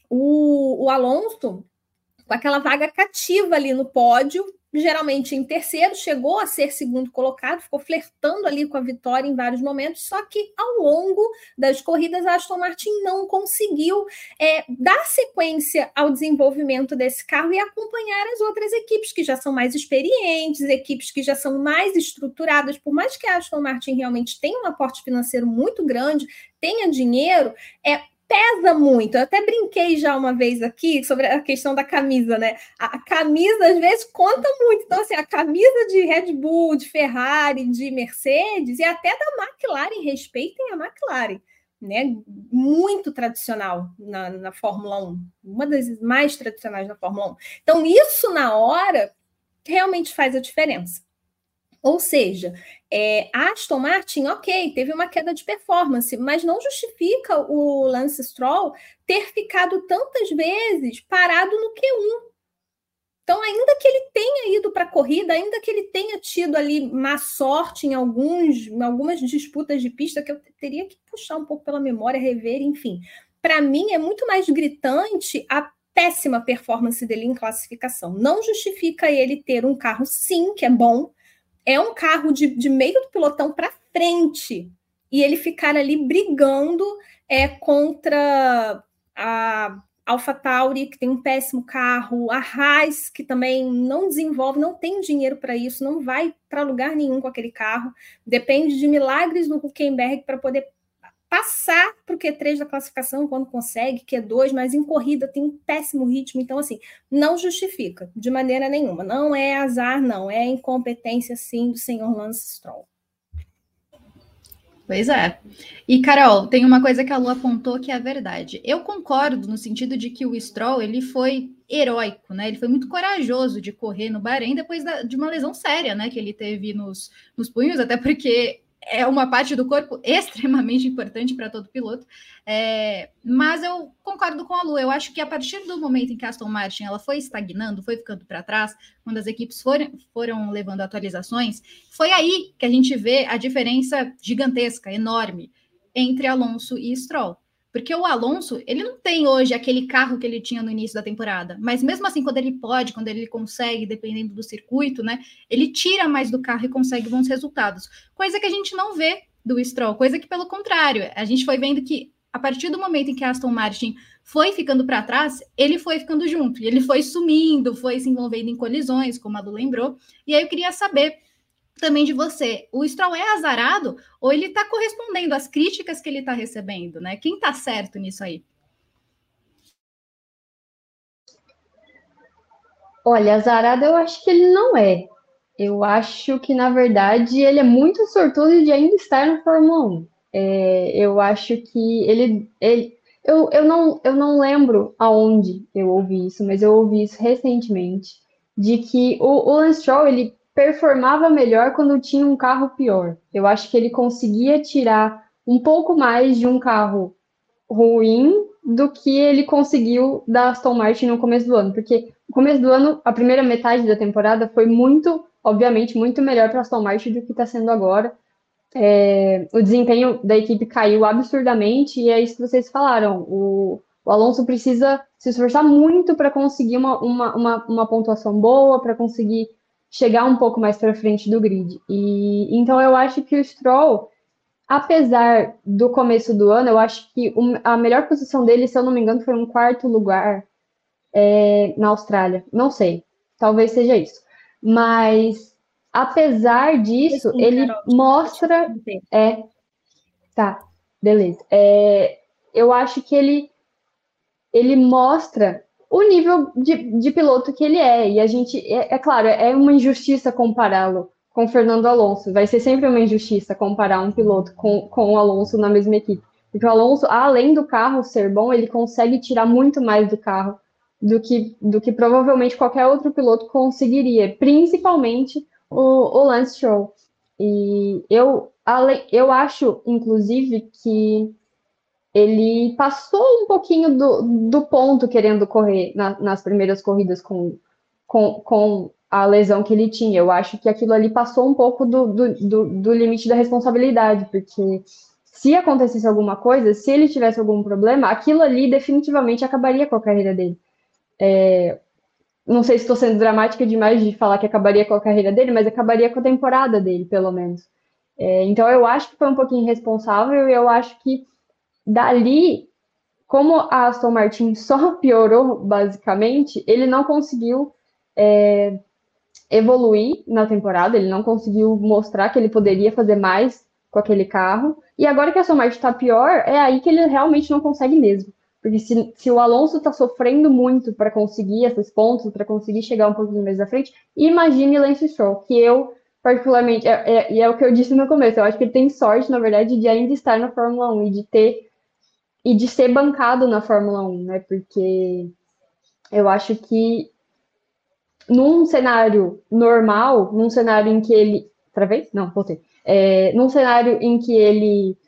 o, o Alonso com aquela vaga cativa ali no pódio, geralmente em terceiro, chegou a ser segundo colocado, ficou flertando ali com a vitória em vários momentos, só que ao longo das corridas a Aston Martin não conseguiu é, dar sequência ao desenvolvimento desse carro e acompanhar as outras equipes que já são mais experientes, equipes que já são mais estruturadas, por mais que a Aston Martin realmente tenha um aporte financeiro muito grande, tenha dinheiro, é pesa muito. Eu até brinquei já uma vez aqui sobre a questão da camisa, né? A camisa, às vezes, conta muito. Então, assim, a camisa de Red Bull, de Ferrari, de Mercedes e até da McLaren, respeitem a McLaren, né? Muito tradicional na, na Fórmula um. Uma das mais tradicionais na Fórmula um. Então, isso, na hora, realmente faz a diferença. Ou seja, é, a Aston Martin, ok, teve uma queda de performance, mas não justifica o Lance Stroll ter ficado tantas vezes parado no Q um. Então, ainda que ele tenha ido para a corrida, ainda que ele tenha tido ali má sorte em, alguns, em algumas disputas de pista, que eu teria que puxar um pouco pela memória, rever, enfim, para mim, é muito mais gritante a péssima performance dele em classificação. Não justifica ele ter um carro, sim, que é bom, é um carro de, de meio do pelotão para frente, e ele ficar ali brigando é, contra a AlphaTauri, que tem um péssimo carro, a Haas, que também não desenvolve, não tem dinheiro para isso, não vai para lugar nenhum com aquele carro, depende de milagres do Hülkenberg para poder passar para o Q três da classificação quando consegue, Q dois, mas em corrida tem um péssimo ritmo, então assim, não justifica de maneira nenhuma, não é azar, não, é incompetência sim do senhor Lance Stroll. Pois é. E, Carol, tem uma coisa que a Lu apontou que é a verdade. Eu concordo no sentido de que o Stroll, ele foi heróico, né? Ele foi muito corajoso de correr no Bahrein depois da, de uma lesão séria, né? Que ele teve nos, nos punhos, até porque é uma parte do corpo extremamente importante para todo piloto. É, mas eu concordo com a Lu. Eu acho que a partir do momento em que a Aston Martin ela foi estagnando, foi ficando para trás, quando as equipes foram, foram levando atualizações, foi aí que a gente vê a diferença gigantesca, enorme, entre Alonso e Stroll. Porque o Alonso, ele não tem hoje aquele carro que ele tinha no início da temporada, mas mesmo assim, quando ele pode, quando ele consegue, dependendo do circuito, né, ele tira mais do carro e consegue bons resultados. Coisa que a gente não vê do Stroll, coisa que, pelo contrário, a gente foi vendo que a partir do momento em que a Aston Martin foi ficando para trás, ele foi ficando junto, e ele foi sumindo, foi se envolvendo em colisões, como a Lu lembrou, e aí eu queria saber também de você, o Stroll é azarado ou ele está correspondendo às críticas que ele está recebendo, né? Quem está certo nisso aí? Olha, azarado eu acho que ele não é. Eu acho que, na verdade, ele é muito sortudo de ainda estar na Fórmula um. É, eu acho que ele... ele eu, eu, não, eu não lembro aonde eu ouvi isso, mas eu ouvi isso recentemente, de que o, o Lance Stroll, ele performava melhor quando tinha um carro pior. Eu acho que ele conseguia tirar um pouco mais de um carro ruim do que ele conseguiu da Aston Martin no começo do ano, porque no começo do ano, a primeira metade da temporada foi muito, obviamente, muito melhor para a Aston Martin do que está sendo agora. É, o desempenho da equipe caiu absurdamente e é isso que vocês falaram. O, o Alonso precisa se esforçar muito para conseguir uma, uma, uma, uma pontuação boa, para conseguir chegar um pouco mais para frente do grid. E então eu acho que o Stroll, apesar do começo do ano, eu acho que a melhor posição dele, se eu não me engano, foi um quarto lugar é, na Austrália. Não sei, talvez seja isso. Mas apesar disso, sim, ele Carol, mostra. É, tá, beleza. É, eu acho que ele, ele mostra o nível de, de piloto que ele é. E a gente, é, é claro, é uma injustiça compará-lo com o Fernando Alonso. Vai ser sempre uma injustiça comparar um piloto com, com o Alonso na mesma equipe. Porque o Alonso, além do carro ser bom, ele consegue tirar muito mais do carro do que, do que provavelmente qualquer outro piloto conseguiria, principalmente o, o Lance Stroll. E eu, eu acho, inclusive, que ele passou um pouquinho do, do ponto querendo correr na, nas primeiras corridas com, com, com a lesão que ele tinha. Eu acho que aquilo ali passou um pouco do, do, do, do limite da responsabilidade, porque se acontecesse alguma coisa, se ele tivesse algum problema, aquilo ali definitivamente acabaria com a carreira dele. É, não sei se estou sendo dramática demais de falar que acabaria com a carreira dele, mas acabaria com a temporada dele, pelo menos. É, então eu acho que foi um pouquinho irresponsável e eu acho que dali, como a Aston Martin só piorou, basicamente, ele não conseguiu é, evoluir na temporada, ele não conseguiu mostrar que ele poderia fazer mais com aquele carro, e agora que a Aston Martin está pior, é aí que ele realmente não consegue mesmo. Porque se, se o Alonso está sofrendo muito para conseguir esses pontos, para conseguir chegar um pouquinho mais à frente, imagine Lance Stroll, que eu, particularmente, é, é, e é o que eu disse no começo, eu acho que ele tem sorte, na verdade, de ainda estar na Fórmula um e de ter e de ser bancado na Fórmula um, né? Porque eu acho que num cenário normal, num cenário em que ele... Travei? Não, voltei. É, num cenário em que ele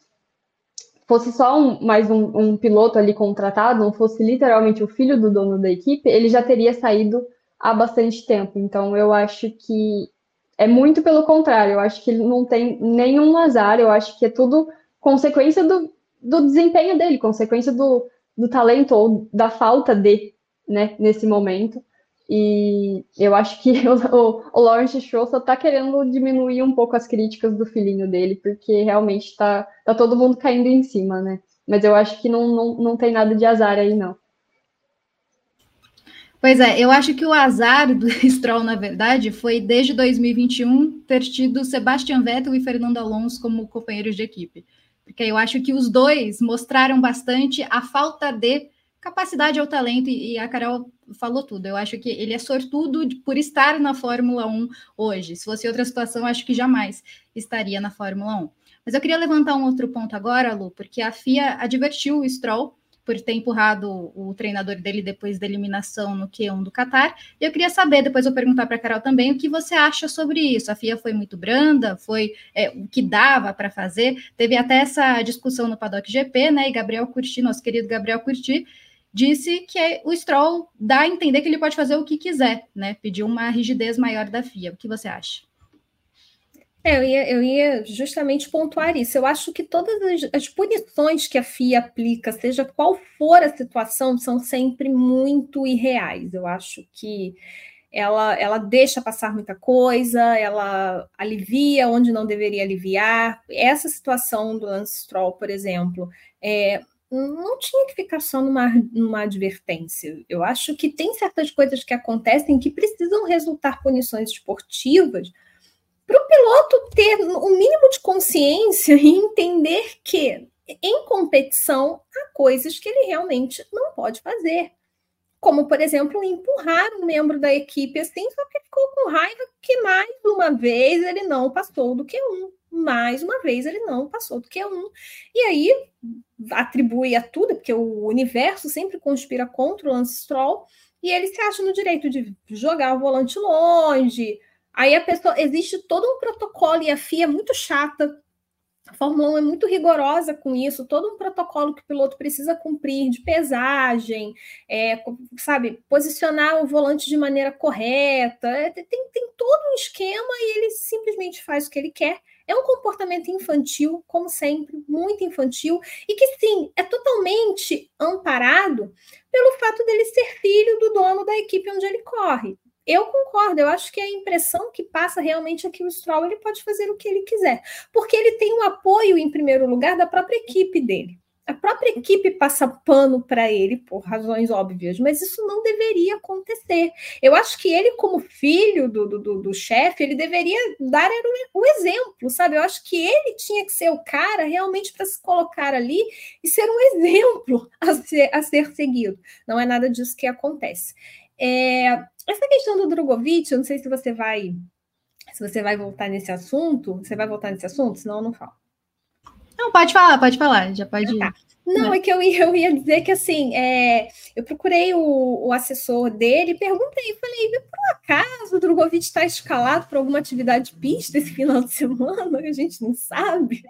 fosse só um, mais um, um piloto ali contratado, não fosse literalmente o filho do dono da equipe, ele já teria saído há bastante tempo. Então, eu acho que é muito pelo contrário. Eu acho que ele não tem nenhum azar. Eu acho que é tudo consequência do, do desempenho dele, consequência do, do talento ou da falta de, né, nesse momento. E eu acho que o, o Lawrence Stroll só tá querendo diminuir um pouco as críticas do filhinho dele, porque realmente tá, tá todo mundo caindo em cima, né? Mas eu acho que não, não, não tem nada de azar aí, não. Pois é, eu acho que o azar do Stroll, na verdade, foi desde dois mil e vinte e um ter tido Sebastian Vettel e Fernando Alonso como companheiros de equipe. Porque eu acho que os dois mostraram bastante a falta de capacidade ou talento, e a Carol falou tudo. Eu acho que ele é sortudo por estar na Fórmula um hoje. Se fosse outra situação, acho que jamais estaria na Fórmula um. Mas eu queria levantar um outro ponto agora, Lu, porque a F I A advertiu o Stroll por ter empurrado o treinador dele depois da eliminação no Q um do Qatar. E eu queria saber, depois eu perguntar para a Carol também, o que você acha sobre isso? A F I A foi muito branda? Foi é, o que dava para fazer? Teve até essa discussão no Paddock G P, né? E Gabriel Curti, nosso querido Gabriel Curti, disse que o Stroll dá a entender que ele pode fazer o que quiser, né? Pediu uma rigidez maior da F I A. O que você acha? É, eu, ia, eu ia justamente pontuar isso. Eu acho que todas as, as punições que a F I A aplica, seja qual for a situação, são sempre muito irreais. Eu acho que ela, ela deixa passar muita coisa, ela alivia onde não deveria aliviar. Essa situação do Lance Stroll, por exemplo, é, não tinha que ficar só numa, numa advertência. Eu acho que tem certas coisas que acontecem que precisam resultar punições esportivas para o piloto ter o mínimo de consciência e entender que em competição há coisas que ele realmente não pode fazer. Como, por exemplo, empurrar um membro da equipe assim, só que ele ficou com raiva que mais uma vez ele não passou do Q um. Mais uma vez ele não passou do Q um. E aí atribui a tudo, porque o universo sempre conspira contra o Lance Stroll, e ele se acha no direito de jogar o volante longe. Aí a pessoa, existe todo um protocolo, e a F I A é muito chata, a Fórmula um é muito rigorosa com isso, todo um protocolo que o piloto precisa cumprir, de pesagem, é, sabe, posicionar o volante de maneira correta, é, tem, tem todo um esquema e ele simplesmente faz o que ele quer. É um comportamento infantil, como sempre, muito infantil, e que sim, é totalmente amparado pelo fato dele ser filho do dono da equipe onde ele corre. Eu concordo, eu acho que a impressão que passa realmente é que o Stroll ele pode fazer o que ele quiser, porque ele tem o apoio, em primeiro lugar, da própria equipe dele. A própria equipe passa pano para ele, por razões óbvias, mas isso não deveria acontecer. Eu acho que ele, como filho do, do, do chefe, ele deveria dar o exemplo, sabe? Eu acho que ele tinha que ser o cara realmente para se colocar ali e ser um exemplo a ser, a ser seguido. Não é nada disso que acontece. É, essa questão do Drogovic, eu não sei se você vai se você vai voltar nesse assunto. Você vai voltar nesse assunto? Senão eu não falo. Não, pode falar, pode falar. Já pode ir. Ah, tá. Não, é que eu ia, eu ia dizer que assim, é, eu procurei o, o assessor dele e perguntei, falei, por acaso o Drogovic está escalado para alguma atividade de pista esse final de semana? A gente não sabe.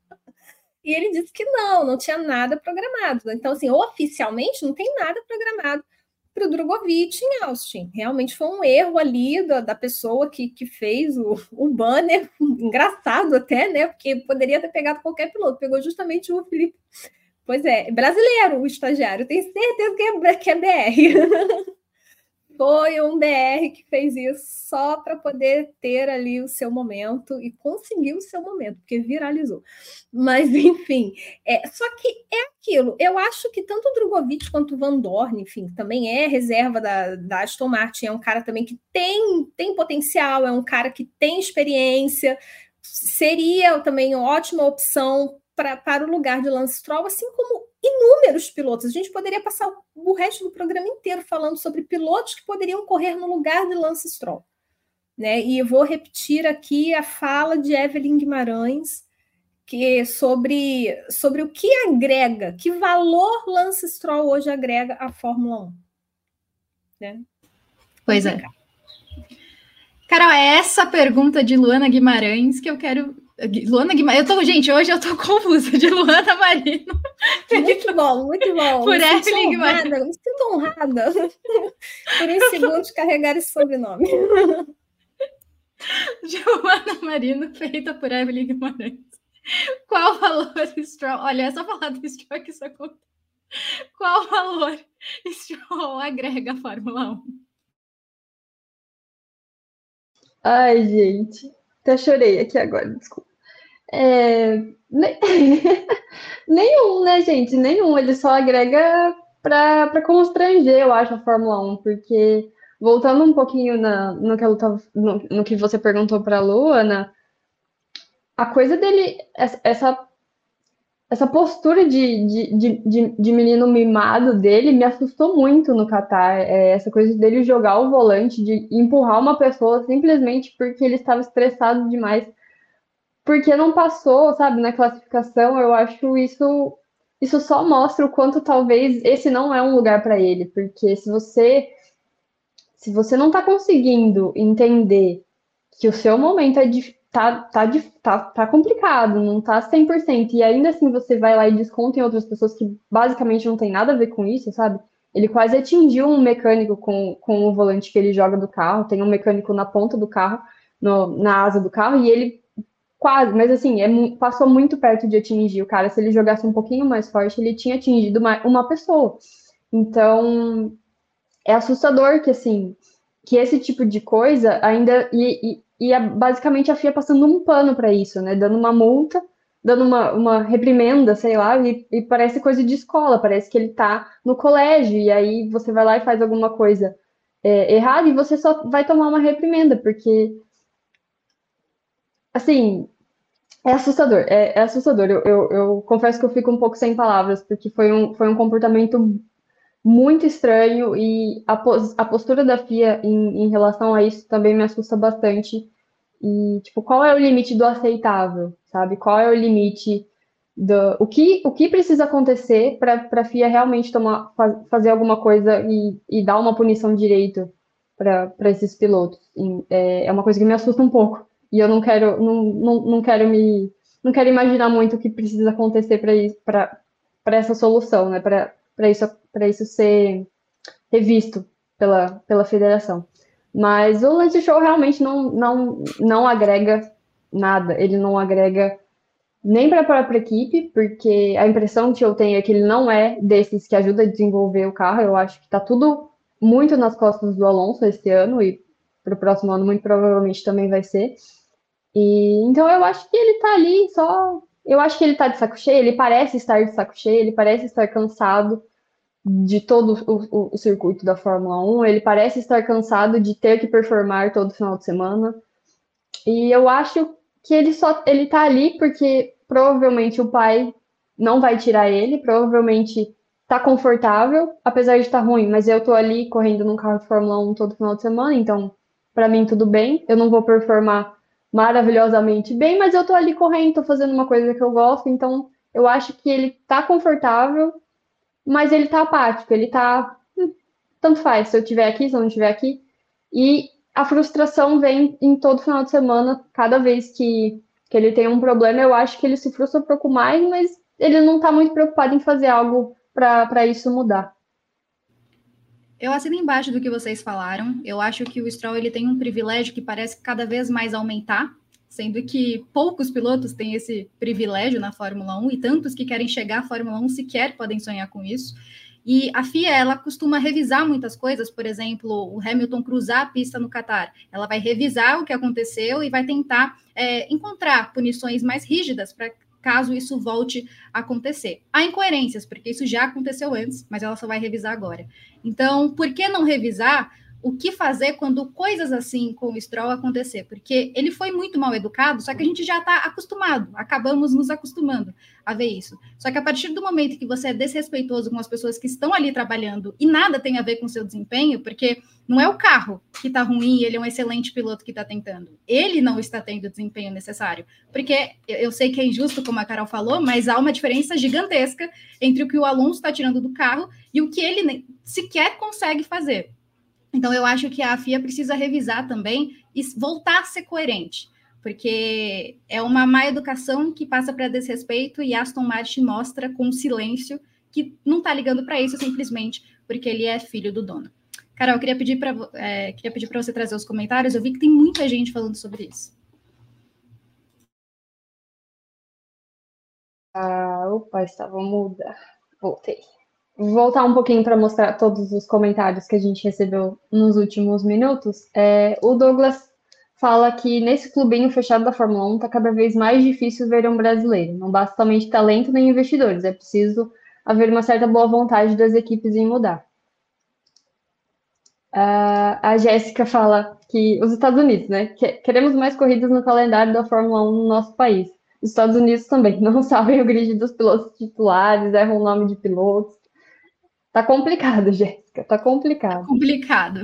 E ele disse que não, não tinha nada programado. Então, assim, oficialmente não tem nada programado para o Drogovic em Austin. Realmente foi um erro ali da, da pessoa que, que fez o, o banner, engraçado até, né? Porque poderia ter pegado qualquer piloto, pegou justamente o Felipe. Pois é, brasileiro o estagiário, tenho certeza que é, que é B R. Foi um B R que fez isso só para poder ter ali o seu momento e conseguiu o seu momento, porque viralizou. Mas, enfim, é, só que é aquilo. Eu acho que tanto o Drogovic quanto o Van Dorn, enfim, também é reserva da, da Aston Martin, é um cara também que tem, tem potencial, é um cara que tem experiência, seria também uma ótima opção pra, para o lugar de Lance Stroll, assim como inúmeros pilotos. A gente poderia passar o resto do programa inteiro falando sobre pilotos que poderiam correr no lugar de Lance Stroll, né? E eu vou repetir aqui a fala de Evelyn Guimarães, que sobre, sobre o que agrega, que valor Lance Stroll hoje agrega à Fórmula um. Né? Pois é. Carol, é essa pergunta de Luana Guimarães que eu quero... Luana Guimarães, eu tô, gente, hoje eu tô confusa, de Luana Marino. Muito bom, muito bom. Por me Evelyn Guimarães. Honrada, me sinto honrada por esse segundo de carregar esse sobrenome. Luana Marino, feita por Evelyn Guimarães. Qual o valor do Stroll? Olha, é só falar do Stroll que isso acontece. Qual valor Stroll agrega à Fórmula um? Ai, gente, até chorei aqui agora, desculpa. É... Nenhum, né, gente? Nenhum. Ele só agrega para constranger, eu acho, a Fórmula Um, porque voltando um pouquinho na, no, que eu tava, no, no que você perguntou para a Luana, a coisa dele, essa, essa postura de, de, de, de, de menino mimado dele me assustou muito no Catar. É, essa coisa dele jogar o volante, de empurrar uma pessoa simplesmente porque ele estava estressado demais, porque não passou, sabe, na classificação. Eu acho isso isso só mostra o quanto talvez esse não é um lugar para ele, porque se você se você não está conseguindo entender que o seu momento é de, tá, tá, de, tá, tá complicado, não tá cem por cento, e ainda assim você vai lá e desconta em outras pessoas que basicamente não tem nada a ver com isso, sabe? Ele quase atingiu um mecânico com, com o volante que ele joga do carro, tem um mecânico na ponta do carro, no, na asa do carro, e ele quase, mas assim, é, passou muito perto de atingir o cara. Se ele jogasse um pouquinho mais forte, ele tinha atingido uma, uma pessoa. Então, é assustador que, assim, que esse tipo de coisa ainda. E, e, e a, basicamente a F I A passando um pano para isso, né? Dando uma multa, dando uma, uma reprimenda, sei lá, e, e parece coisa de escola, parece que ele tá no colégio, e aí você vai lá e faz alguma coisa é, errada e você só vai tomar uma reprimenda, porque, assim, é assustador, é, é assustador. Eu, eu, eu confesso que eu fico um pouco sem palavras, porque foi um, foi um comportamento muito estranho e a, pos, a postura da F I A em, em relação a isso também me assusta bastante. E, tipo, qual é o limite do aceitável, sabe? Qual é o limite do... O que, o que precisa acontecer para a F I A realmente tomar, faz, fazer alguma coisa e, e dar uma punição direito para esses pilotos? E, é, é uma coisa que me assusta um pouco. E eu não quero, não, não, não quero me... Não quero imaginar muito o que precisa acontecer para essa solução, né? Para isso, para isso ser revisto pela, pela federação. Mas o Lance Show realmente não, não, não agrega nada, ele não agrega nem para a própria equipe, porque a impressão que eu tenho é que ele não é desses que ajuda a desenvolver o carro. Eu acho que está tudo muito nas costas do Alonso esse ano e para o próximo ano muito provavelmente também vai ser. E então eu acho que ele está ali só. Eu acho que ele está de saco cheio, ele parece estar de saco cheio, ele parece estar cansado de todo o, o, o circuito da Fórmula Um, ele parece estar cansado de ter que performar todo final de semana. E eu acho que ele só ele tá ali porque provavelmente o pai não vai tirar ele, provavelmente tá confortável, apesar de estar tá ruim, mas eu tô ali correndo num carro de Fórmula Um todo final de semana, então para mim tudo bem. Eu não vou performar maravilhosamente bem, mas eu tô ali correndo, tô fazendo uma coisa que eu gosto, então eu acho que ele tá confortável, mas ele tá apático, ele tá. hum, Tanto faz, se eu estiver aqui, se eu não estiver aqui. E a frustração vem em todo final de semana, cada vez que, que ele tem um problema, eu acho que ele se frustra um pouco mais, mas ele não tá muito preocupado em fazer algo para isso mudar. Eu assino embaixo do que vocês falaram. Eu acho que o Stroll ele tem um privilégio que parece cada vez mais aumentar, sendo que poucos pilotos têm esse privilégio na Fórmula Um e tantos que querem chegar à Fórmula Um sequer podem sonhar com isso. E a F I A, ela costuma revisar muitas coisas, por exemplo, o Hamilton cruzar a pista no Catar. Ela vai revisar o que aconteceu e vai tentar é, encontrar punições mais rígidas para caso isso volte a acontecer. Há incoerências, porque isso já aconteceu antes, mas ela só vai revisar agora. Então, por que não revisar o que fazer quando coisas assim com o Stroll acontecer? Porque ele foi muito mal educado, só que a gente já está acostumado, acabamos nos acostumando a ver isso. Só que a partir do momento que você é desrespeitoso com as pessoas que estão ali trabalhando e nada tem a ver com o seu desempenho, porque não é o carro que está ruim e ele é um excelente piloto que está tentando. Ele não está tendo o desempenho necessário. Porque eu sei que é injusto, como a Carol falou, mas há uma diferença gigantesca entre o que o Alonso está tirando do carro e o que ele sequer consegue fazer. Então, eu acho que a F I A precisa revisar também e voltar a ser coerente, porque é uma má educação que passa para desrespeito e Aston Martin mostra com silêncio que não está ligando para isso simplesmente porque ele é filho do dono. Carol, eu queria pedir para é, queria pedir para você trazer os comentários. Eu vi que tem muita gente falando sobre isso. Ah, opa, estava muda. Voltei. Vou voltar um pouquinho para mostrar todos os comentários que a gente recebeu nos últimos minutos. É, o Douglas fala que nesse clubinho fechado da Fórmula um está cada vez mais difícil ver um brasileiro. Não basta somente talento nem investidores, é preciso haver uma certa boa vontade das equipes em mudar. Uh, a Jéssica fala que os Estados Unidos, né? Que, queremos mais corridas no calendário da Fórmula um no nosso país. Os Estados Unidos também não sabem o grid dos pilotos titulares, erram o nome de pilotos. Tá complicado, Jéssica, tá complicado. Tá complicado.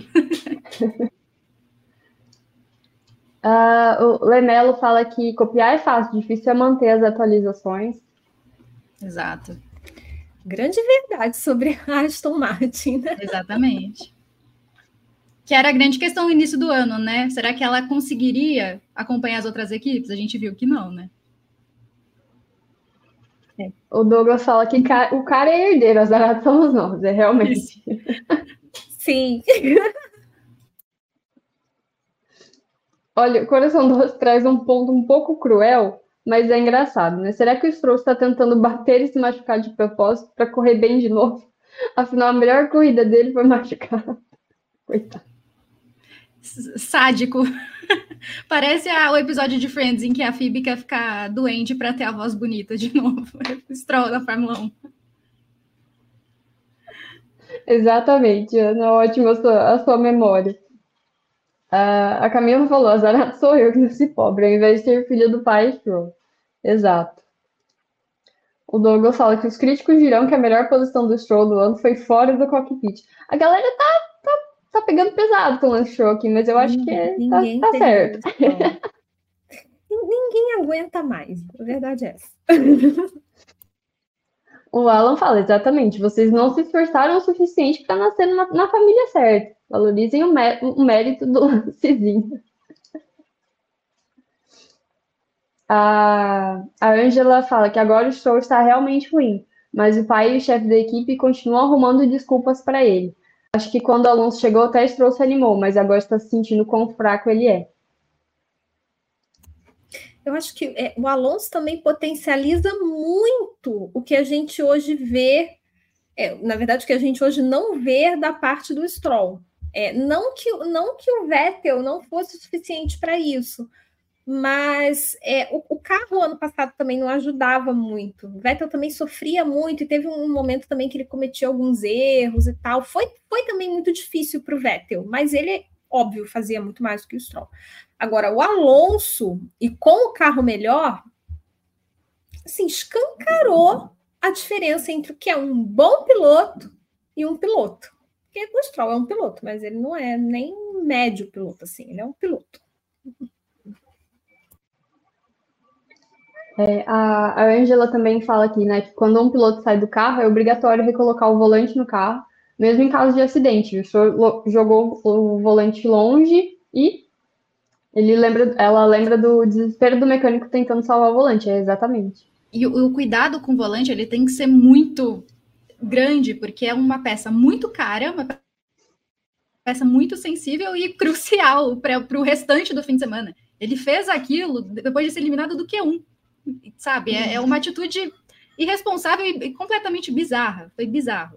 uh, o Lemelo fala que copiar é fácil, difícil é manter as atualizações. Exato. Grande verdade sobre a Aston Martin, né? Exatamente. Que era a grande questão no início do ano, né? Será que ela conseguiria acompanhar as outras equipes? A gente viu que não, né? É. O Douglas fala que o cara é herdeiro, as aradas somos nós, é realmente. Sim. Olha, o Coração Doce traz um ponto um pouco cruel, mas é engraçado, né? Será que o Stroll está tentando bater e se machucar de propósito para correr bem de novo? Afinal, a melhor corrida dele foi machucar. Coitado. Sádico. Parece a, o episódio de Friends em que a Phoebe quer ficar doente para ter a voz bonita de novo. Stroll da Fórmula um. Exatamente, Ana. Ótima a sua, a sua memória. Uh, a Camila falou, azarado sou eu que nasci pobre, ao invés de ser filho do pai Stroll. Exato. O Douglas fala que os críticos dirão que a melhor posição do Stroll do ano foi fora do cockpit. A galera tá, tá, tá pegando pesado com o Lance Stroll aqui, mas eu acho que tá, tá certo. Ninguém aguenta mais, a verdade é essa. O Alan fala, exatamente, vocês não se esforçaram o suficiente para nascer numa, na família certa. Valorizem o, mé o mérito do Lancezinho. A Ângela fala que agora o show está realmente ruim, mas o pai e o chefe da equipe continuam arrumando desculpas para ele. Acho que quando o Alonso chegou, até Stroll se animou, mas agora está se sentindo quão fraco ele é. Eu acho que é, o Alonso também potencializa muito o que a gente hoje vê, é, na verdade, o que a gente hoje não vê da parte do Stroll. É, não, que, não que o Vettel não fosse o suficiente para isso, mas é, o, o carro ano passado também não ajudava muito. O Vettel também sofria muito e teve um momento também que ele cometia alguns erros e tal. Foi, foi também muito difícil para o Vettel, mas ele, óbvio, fazia muito mais do que o Stroll. Agora, o Alonso, e com o carro melhor, assim, escancarou a diferença entre o que é um bom piloto e um piloto. Porque o Stroll é um piloto, mas ele não é nem médio piloto, assim, ele é um piloto. É, a Ângela também fala aqui, né, que quando um piloto sai do carro, é obrigatório recolocar o volante no carro, mesmo em caso de acidente. O senhor jogou o volante longe e ele lembra, ela lembra do desespero do mecânico tentando salvar o volante, é exatamente. E o, o cuidado com o volante, ele tem que ser muito grande, porque é uma peça muito cara, uma peça muito sensível e crucial para o restante do fim de semana. Ele fez aquilo depois de ser eliminado do Q um, sabe? É, é uma atitude irresponsável e, e completamente bizarra. Foi bizarro.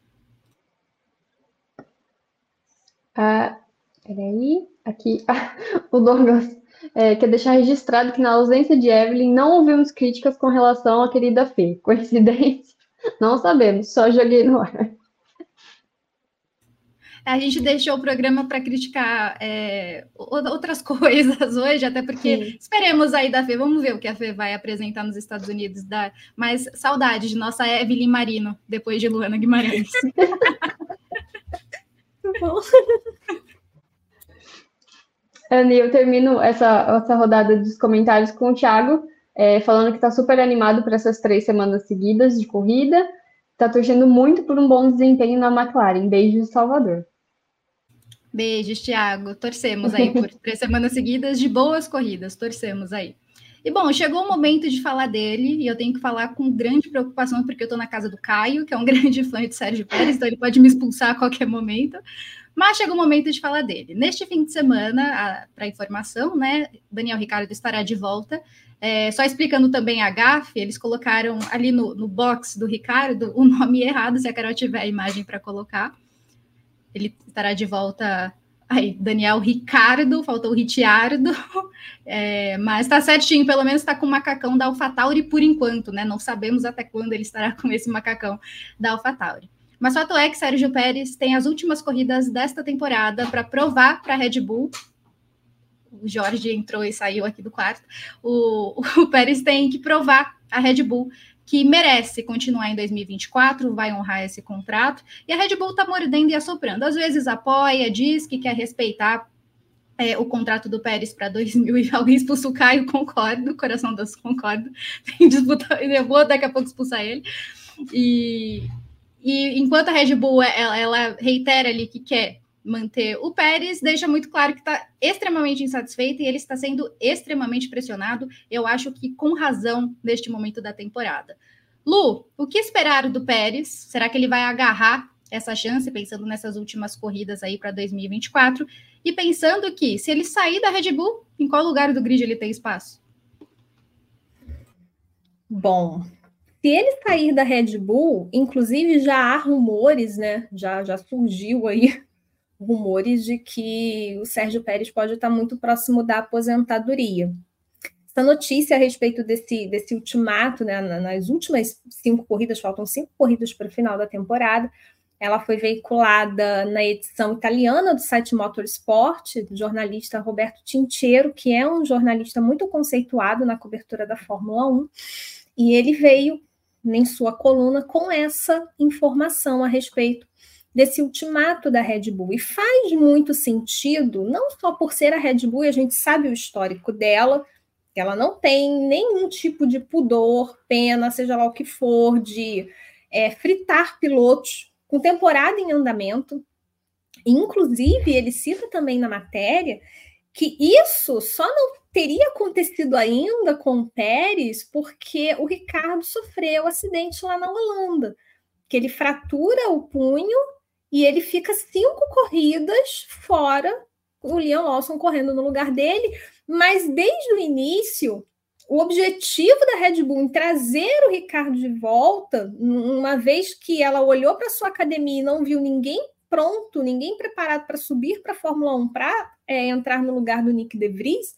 Ah, peraí, aqui, o Douglas é, quer deixar registrado que na ausência de Evelyn não ouvimos críticas com relação à querida Fê. Coincidência? Não sabemos, só joguei no ar. A gente deixou o programa para criticar é, outras coisas hoje, até porque Sim. esperemos aí da Fê, vamos ver o que a Fê vai apresentar nos Estados Unidos, da... mas saudade de nossa Evelyn Marino, depois de Luana Guimarães. Muito bom. Anny, eu termino essa, essa rodada dos comentários com o Thiago, é, falando que está super animado para essas três semanas seguidas de corrida, está torcendo muito por um bom desempenho na McLaren. Beijos, Salvador. Beijos, Thiago. Torcemos aí por três semanas seguidas de boas corridas. Torcemos aí. E, bom, chegou o momento de falar dele, e eu tenho que falar com grande preocupação, porque eu estou na casa do Caio, que é um grande fã de Sérgio Pérez, então ele pode me expulsar a qualquer momento. Mas chegou o momento de falar dele. Neste fim de semana, para informação, né, Daniel Ricciardo estará de volta. É, só explicando também a gafe, eles colocaram ali no, no box do Ricardo o nome errado, se a Carol tiver a imagem para colocar. Ele estará de volta... Aí, Daniel Ricciardo, faltou o Ricciardo, é, mas está certinho, pelo menos está com o macacão da AlphaTauri por enquanto, né? Não sabemos até quando ele estará com esse macacão da AlphaTauri. Mas fato é que Sérgio Pérez tem as últimas corridas desta temporada para provar para a Red Bull. O Jorge entrou e saiu aqui do quarto. O, o Pérez tem que provar a Red Bull que merece continuar em dois mil e vinte e quatro, vai honrar esse contrato, e a Red Bull está mordendo e assoprando. Às vezes apoia, diz que quer respeitar é, o contrato do Pérez para dois mil e alguém expulsa o Caio, concordo, coração das concordo, tem disputa, eu vou daqui a pouco expulsar ele. E, e enquanto a Red Bull ela, ela reitera ali que quer manter o Pérez, deixa muito claro que está extremamente insatisfeito e ele está sendo extremamente pressionado, eu acho que com razão neste momento da temporada. Lu, o que esperar do Pérez? Será que ele vai agarrar essa chance, pensando nessas últimas corridas aí para dois mil e vinte e quatro, e pensando que se ele sair da Red Bull, em qual lugar do grid ele tem espaço? Bom, se ele sair da Red Bull, inclusive já há rumores, né? Já, já surgiu aí rumores de que o Sérgio Pérez pode estar muito próximo da aposentadoria. Essa notícia a respeito desse, desse ultimato, né, nas últimas cinco corridas, faltam cinco corridas para o final da temporada, ela foi veiculada na edição italiana do site Motorsport, do jornalista Roberto Tinchero, que é um jornalista muito conceituado na cobertura da Fórmula um, e ele veio em sua coluna com essa informação a respeito desse ultimato da Red Bull. E faz muito sentido, não só por ser a Red Bull, e a gente sabe o histórico dela, que ela não tem nenhum tipo de pudor, pena, seja lá o que for, de é, fritar pilotos com temporada em andamento. Inclusive, ele cita também na matéria que isso só não teria acontecido ainda com o Pérez porque o Ricardo sofreu um acidente lá na Holanda, que ele fratura o punho e ele fica cinco corridas fora, o Liam Lawson correndo no lugar dele, mas desde o início, o objetivo da Red Bull em trazer o Ricardo de volta, uma vez que ela olhou para sua academia e não viu ninguém pronto, ninguém preparado para subir para a Fórmula um, para é, entrar no lugar do Nick De Vries,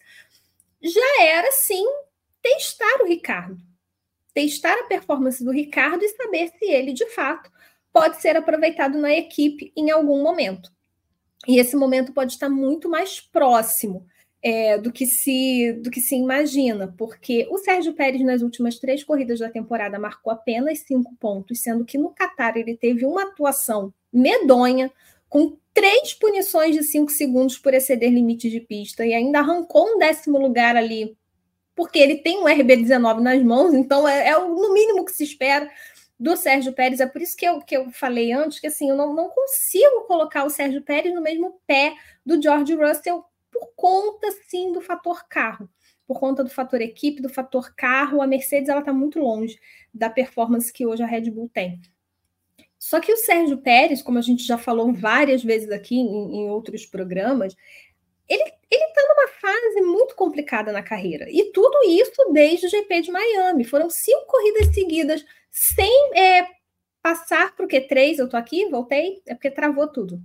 já era, sim, testar o Ricardo. Testar a performance do Ricardo e saber se ele, de fato, pode ser aproveitado na equipe em algum momento. E esse momento pode estar muito mais próximo é, do, que se, do que se imagina, porque o Sérgio Pérez, nas últimas três corridas da temporada, marcou apenas cinco pontos, sendo que no Qatar ele teve uma atuação medonha, com três punições de cinco segundos por exceder limites de pista, e ainda arrancou um décimo lugar ali, porque ele tem um R B dezenove nas mãos, então é, é o, no mínimo que se espera do Sérgio Pérez. É por isso que eu, que eu falei antes que assim, eu não, não consigo colocar o Sérgio Pérez no mesmo pé do George Russell por conta, sim, do fator carro, por conta do fator equipe, do fator carro. A Mercedes está muito longe da performance que hoje a Red Bull tem. Só que o Sérgio Pérez, como a gente já falou várias vezes aqui em, em outros programas, ele está numa fase muito complicada na carreira. E tudo isso desde o G P de Miami. Foram cinco corridas seguidas sem é, passar para o Q três. Eu estou aqui, voltei, é porque travou tudo.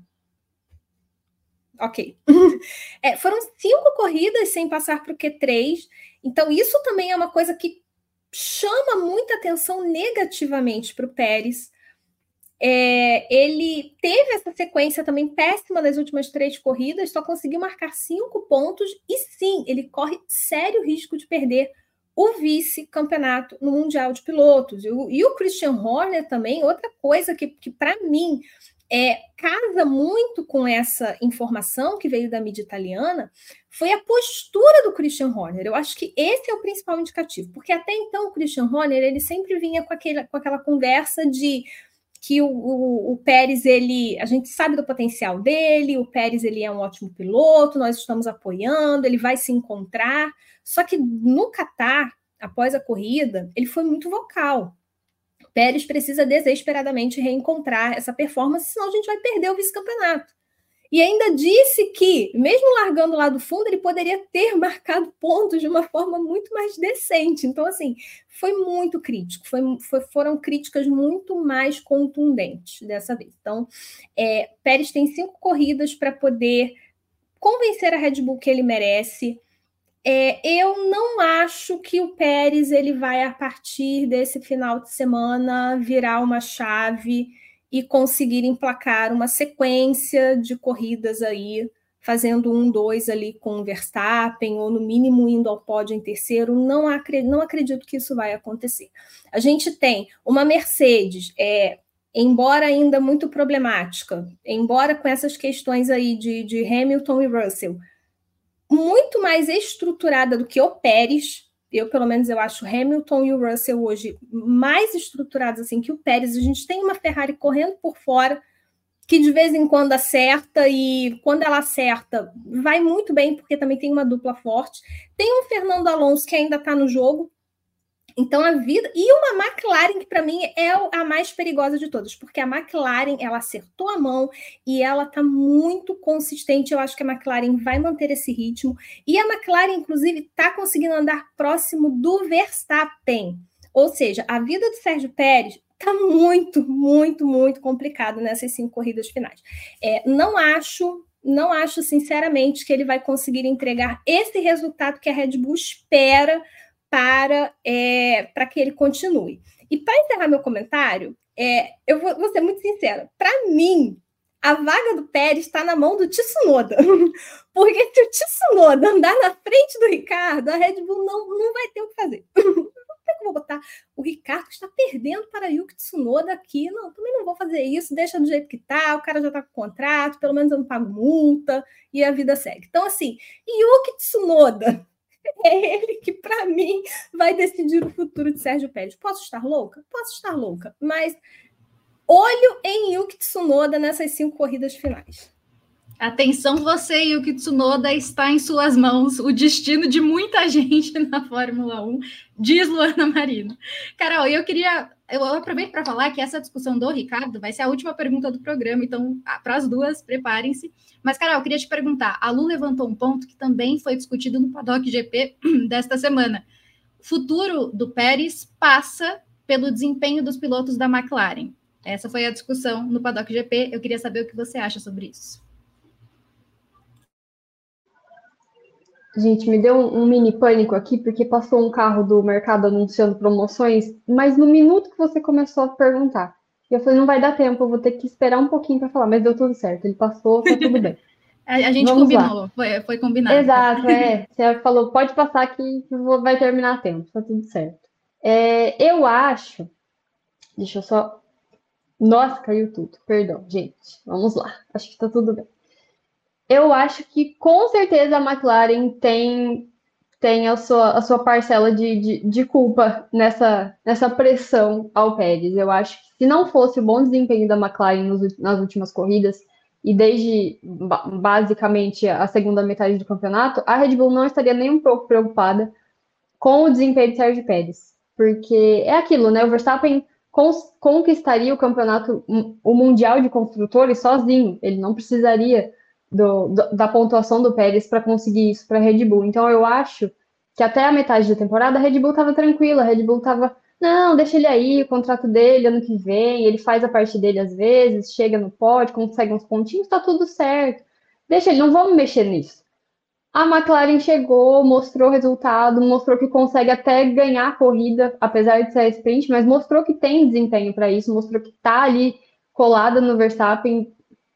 Ok. É, foram cinco corridas sem passar para o Q três. Então, isso também é uma coisa que chama muita atenção negativamente para o Pérez. É, ele teve essa sequência também péssima nas últimas três corridas, só conseguiu marcar cinco pontos e sim, ele corre sério risco de perder o vice-campeonato no Mundial de Pilotos. E o, e o Christian Horner também, outra coisa que, que para mim é, casa muito com essa informação que veio da mídia italiana, foi a postura do Christian Horner. Eu acho que esse é o principal indicativo, porque até então o Christian Horner ele sempre vinha com, aquele, com aquela conversa de que o, o, o Pérez, ele, a gente sabe do potencial dele, o Pérez ele é um ótimo piloto, nós estamos apoiando, ele vai se encontrar, só que no Qatar, após a corrida, ele foi muito vocal. O Pérez precisa desesperadamente reencontrar essa performance, senão a gente vai perder o vice-campeonato. E ainda disse que, mesmo largando lá do fundo, ele poderia ter marcado pontos de uma forma muito mais decente. Então, assim, foi muito crítico. Foi, foi, foram críticas muito mais contundentes dessa vez. Então, é, Pérez tem cinco corridas para poder convencer a Red Bull que ele merece. É, eu não acho que o Pérez ele vai, a partir desse final de semana, virar uma chave e conseguir emplacar uma sequência de corridas aí, fazendo um, dois ali com o Verstappen, ou no mínimo indo ao pódio em terceiro. Não acredito, não acredito que isso vai acontecer. A gente tem uma Mercedes, é, embora ainda muito problemática, embora com essas questões aí de, de Hamilton e Russell, muito mais estruturada do que o Pérez. Eu, pelo menos, eu acho Hamilton e o Russell hoje mais estruturados assim que o Pérez. A gente tem uma Ferrari correndo por fora, que de vez em quando acerta, e quando ela acerta, vai muito bem, porque também tem uma dupla forte. Tem um Fernando Alonso que ainda está no jogo. Então, a vida... E uma McLaren, que para mim é a mais perigosa de todas, porque a McLaren, ela acertou a mão e ela está muito consistente. Eu acho que a McLaren vai manter esse ritmo. E a McLaren, inclusive, está conseguindo andar próximo do Verstappen. Ou seja, a vida do Sérgio Pérez está muito, muito, muito complicado nessas cinco corridas finais. É, não acho... Não acho, sinceramente, que ele vai conseguir entregar esse resultado que a Red Bull espera para, é, para que ele continue. E para encerrar meu comentário, é, eu vou, vou ser muito sincera. Para mim, a vaga do Pérez está na mão do Tsunoda. Porque se o Tsunoda andar na frente do Ricardo, a Red Bull não, não vai ter o que fazer. Eu vou botar o Ricardo está perdendo para Yuki Tsunoda aqui. Não, também não vou fazer isso, deixa do jeito que tá, o cara já está com contrato, pelo menos eu não pago multa e a vida segue. Então, assim, Yuki Tsunoda é ele que, para mim, vai decidir o futuro de Sérgio Pérez. Posso estar louca? Posso estar louca, mas olho em Yuki Tsunoda nessas cinco corridas finais. Atenção você, Yuki Tsunoda, está em suas mãos o destino de muita gente na Fórmula um, diz Luana Marino. Carol, eu queria... Eu aproveito para falar que essa discussão do Ricardo vai ser a última pergunta do programa, então, para as duas, preparem-se. Mas, Carol, eu queria te perguntar, a Lu levantou um ponto que também foi discutido no Paddock G P desta semana. O futuro do Pérez passa pelo desempenho dos pilotos da McLaren. Essa foi a discussão no Paddock G P. Eu queria saber o que você acha sobre isso. Gente, me deu um, um mini pânico aqui, porque passou um carro do mercado anunciando promoções, mas no minuto que você começou a perguntar, eu falei, não vai dar tempo, eu vou ter que esperar um pouquinho para falar, mas deu tudo certo, ele passou, tá tudo bem. a, a gente Vamos combinou, lá. foi, foi combinado. Exato, é, você falou, pode passar que vai terminar a tempo, tá tudo certo. É, eu acho, deixa eu só, nossa, caiu tudo, perdão, gente, vamos lá, acho que tá tudo bem. Eu acho que, com certeza, a McLaren tem, tem a, sua, a sua parcela de, de, de culpa nessa, nessa pressão ao Pérez. Eu acho que, se não fosse o bom desempenho da McLaren nos, nas últimas corridas, e desde, basicamente, a segunda metade do campeonato, a Red Bull não estaria nem um pouco preocupada com o desempenho de Sérgio Pérez. Porque é aquilo, né? O Verstappen conquistaria o campeonato, o Mundial de Construtores sozinho. Ele não precisaria... Do, do, da pontuação do Pérez para conseguir isso para a Red Bull. Então eu acho que até a metade da temporada a Red Bull estava tranquila, a Red Bull estava, não, deixa ele aí, o contrato dele ano que vem, ele faz a parte dele às vezes, chega no pódio, consegue uns pontinhos, tá tudo certo. Deixa ele, não vamos mexer nisso. A McLaren chegou, mostrou o resultado, mostrou que consegue até ganhar a corrida, apesar de ser sprint, mas mostrou que tem desempenho para isso, mostrou que tá ali colada no Verstappen.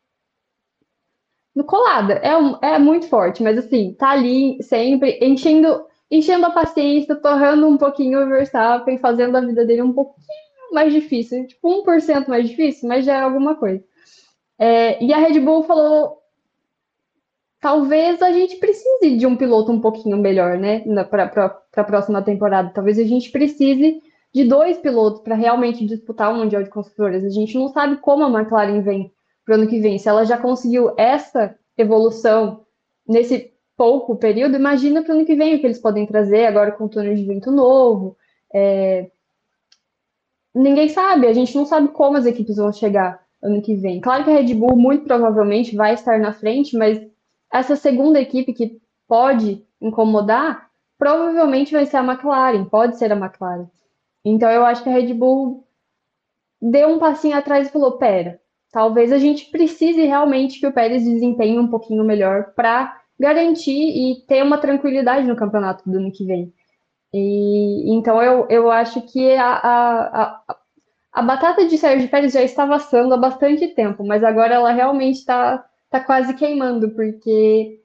No colada, é, um, é muito forte, mas assim, tá ali sempre enchendo, enchendo a paciência, torrando um pouquinho o Verstappen, fazendo a vida dele um pouquinho mais difícil, tipo um por cento mais difícil, mas já é alguma coisa. É, e a Red Bull falou, talvez a gente precise de um piloto um pouquinho melhor, né, para a próxima temporada, talvez a gente precise de dois pilotos para realmente disputar o Mundial de Construtores. A gente não sabe como a McLaren vem para o ano que vem. Se ela já conseguiu essa evolução nesse pouco período, imagina para o ano que vem o que eles podem trazer agora com o túnel de vento novo. É... Ninguém sabe, a gente não sabe como as equipes vão chegar ano que vem. Claro que a Red Bull muito provavelmente vai estar na frente, mas essa segunda equipe que pode incomodar provavelmente vai ser a McLaren, pode ser a McLaren. Então eu acho que a Red Bull deu um passinho atrás e falou, pera, talvez a gente precise realmente que o Pérez desempenhe um pouquinho melhor para garantir e ter uma tranquilidade no campeonato do ano que vem. E, então eu, eu acho que a, a, a, a batata de Sérgio Pérez já estava assando há bastante tempo, mas agora ela realmente está tá quase queimando, porque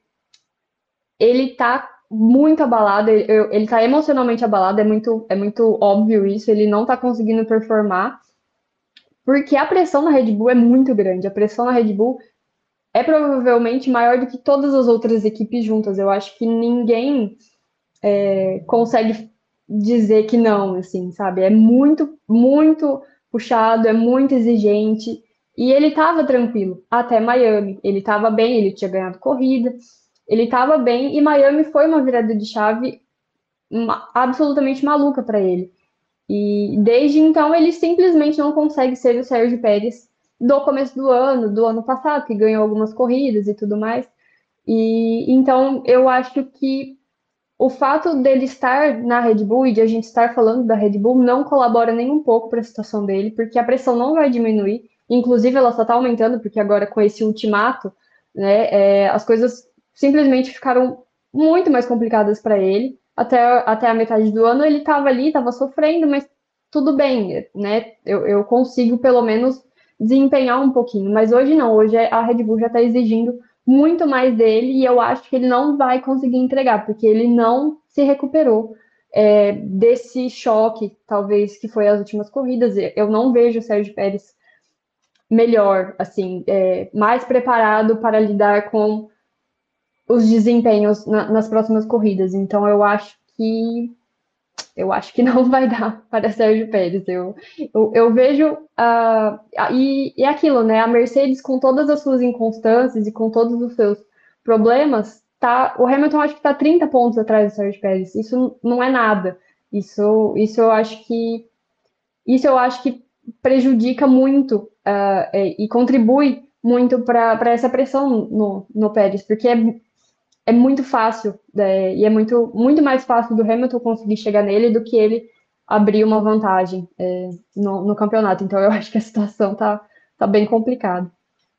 ele está muito abalado, ele, ele tá emocionalmente abalado, é muito, é muito óbvio isso, ele não está conseguindo performar, porque a pressão na Red Bull é muito grande, a pressão na Red Bull é provavelmente maior do que todas as outras equipes juntas, eu acho que ninguém é, consegue dizer que não, assim, sabe, é muito, muito puxado, é muito exigente, e ele estava tranquilo, até Miami, ele estava bem, ele tinha ganhado corrida, ele estava bem, e Miami foi uma virada de chave absolutamente maluca para ele. E desde então ele simplesmente não consegue ser o Sérgio Pérez do começo do ano, do ano passado, que ganhou algumas corridas e tudo mais. E então eu acho que o fato dele estar na Red Bull e de a gente estar falando da Red Bull não colabora nem um pouco para a situação dele, porque a pressão não vai diminuir. Inclusive ela só está aumentando, porque agora com esse ultimato, né, é, as coisas simplesmente ficaram muito mais complicadas para ele. Até, até a metade do ano ele estava ali, estava sofrendo, mas tudo bem, né? Eu, eu consigo pelo menos desempenhar um pouquinho. Mas hoje não, hoje a Red Bull já está exigindo muito mais dele e eu acho que ele não vai conseguir entregar, porque ele não se recuperou é, desse choque, talvez, que foi as últimas corridas. Eu não vejo o Sérgio Pérez melhor, assim, é, mais preparado para lidar com os desempenhos na, nas próximas corridas. Então eu acho que eu acho que não vai dar para Sérgio Pérez. Eu, eu, eu vejo uh, e, e aquilo, né? A Mercedes, com todas as suas inconstâncias e com todos os seus problemas, tá, o Hamilton acho que está trinta pontos atrás do Sérgio Pérez. Isso não é nada. Isso, isso eu acho que isso eu acho que prejudica muito uh, e contribui muito para essa pressão no, no Pérez, porque é é muito fácil, é, e é muito, muito mais fácil do Hamilton conseguir chegar nele do que ele abrir uma vantagem é, no, no campeonato. Então, eu acho que a situação tá, tá bem complicada.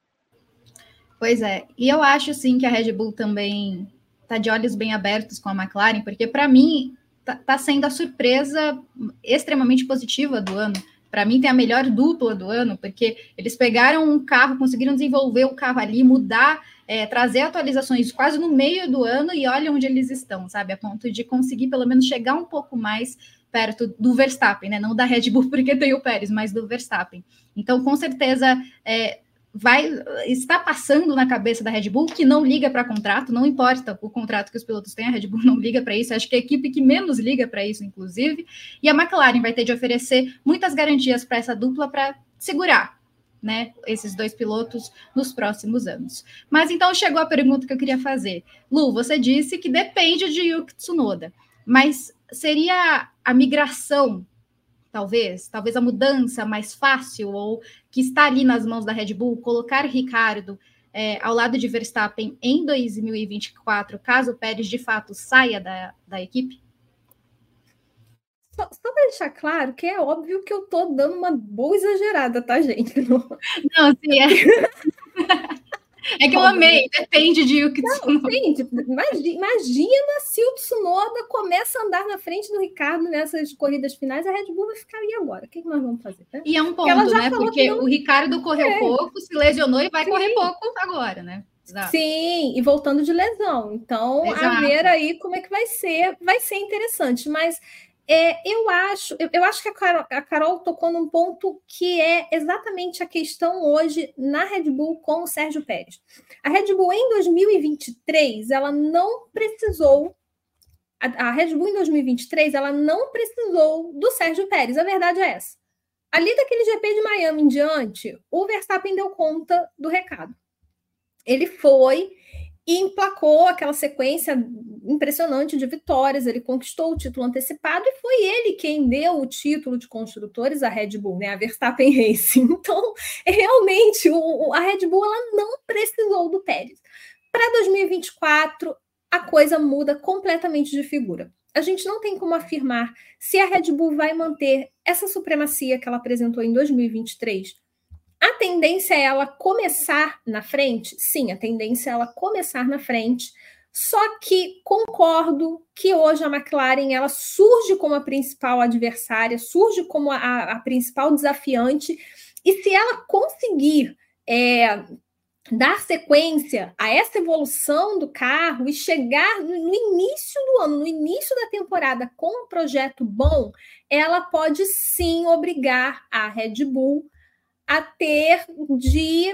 Pois é, e eu acho, sim, que a Red Bull também tá de olhos bem abertos com a McLaren, porque, para mim, tá, tá sendo a surpresa extremamente positiva do ano. Para mim, tem a melhor dupla do ano, porque eles pegaram um carro, conseguiram desenvolver o carro ali, mudar, é, trazer atualizações quase no meio do ano e olha onde eles estão, sabe? A ponto de conseguir, pelo menos, chegar um pouco mais perto do Verstappen, né? Não da Red Bull, porque tem o Pérez, mas do Verstappen. Então, com certeza, é, vai está passando na cabeça da Red Bull, que não liga para contrato, não importa o contrato que os pilotos têm, a Red Bull não liga para isso, acho que é a equipe que menos liga para isso, inclusive, e a McLaren vai ter de oferecer muitas garantias para essa dupla para segurar, né, esses dois pilotos nos próximos anos. Mas então chegou a pergunta que eu queria fazer. Lu, você disse que depende de Yuki Tsunoda, mas seria a migração, talvez, talvez a mudança mais fácil, ou que está ali nas mãos da Red Bull, colocar Ricardo é, ao lado de Verstappen em dois mil e vinte e quatro, caso o Pérez de fato saia da, da equipe? Só, só para deixar claro que é óbvio que eu estou dando uma boa exagerada, tá, gente? Não, não sim, é... É que eu amei, depende de Yuki Tsunoda. Não, gente, imagina, imagina se o Tsunoda começa a andar na frente do Ricardo nessas corridas finais, a Red Bull vai ficar aí agora. O que, que nós vamos fazer? Né? E é um ponto, porque né? Porque não... o Ricardo correu é. pouco, se lesionou e vai Sim. correr pouco agora, né? Exato. Sim, e voltando de lesão. Então, Exato. a ver aí como é que vai ser, vai ser interessante, mas... É, eu acho, eu, eu acho que a Carol, a Carol tocou num ponto que é exatamente a questão hoje na Red Bull com o Sérgio Pérez. A Red Bull em dois mil e vinte e três ela não precisou A, a Red Bull em dois mil e vinte e três, ela não precisou do Sérgio Pérez, a verdade é essa. Ali daquele G P de Miami em diante, o Verstappen deu conta do recado. Ele foi e emplacou aquela sequência impressionante de vitórias, ele conquistou o título antecipado e foi ele quem deu o título de construtores à Red Bull, né, a Verstappen Racing. Então, realmente, o, a Red Bull ela não precisou do Pérez. Para dois mil e vinte e quatro, a coisa muda completamente de figura. A gente não tem como afirmar se a Red Bull vai manter essa supremacia que ela apresentou em dois mil e vinte e três. A tendência é ela começar na frente? Sim, a tendência é ela começar na frente, só que concordo que hoje a McLaren ela surge como a principal adversária, surge como a, a principal desafiante, e se ela conseguir é, dar sequência a essa evolução do carro e chegar no início do ano, no início da temporada com um projeto bom, ela pode sim obrigar a Red Bull a ter de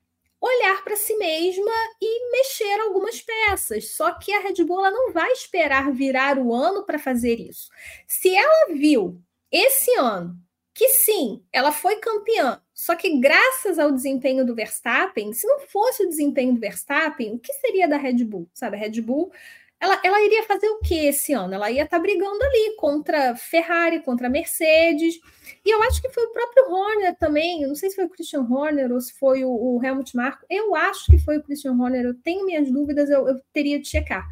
olhar para si mesma e mexer algumas peças. Só que a Red Bull ela não vai esperar virar o ano para fazer isso. Se ela viu esse ano que sim, ela foi campeã, só que graças ao desempenho do Verstappen, se não fosse o desempenho do Verstappen, o que seria da Red Bull? Sabe, a Red Bull ela, ela iria fazer o que esse ano? Ela ia estar brigando ali contra Ferrari, contra Mercedes, e eu acho que foi o próprio Horner também, eu não sei se foi o Christian Horner ou se foi o, o Helmut Marko, eu acho que foi o Christian Horner, eu tenho minhas dúvidas, eu, eu teria de checar.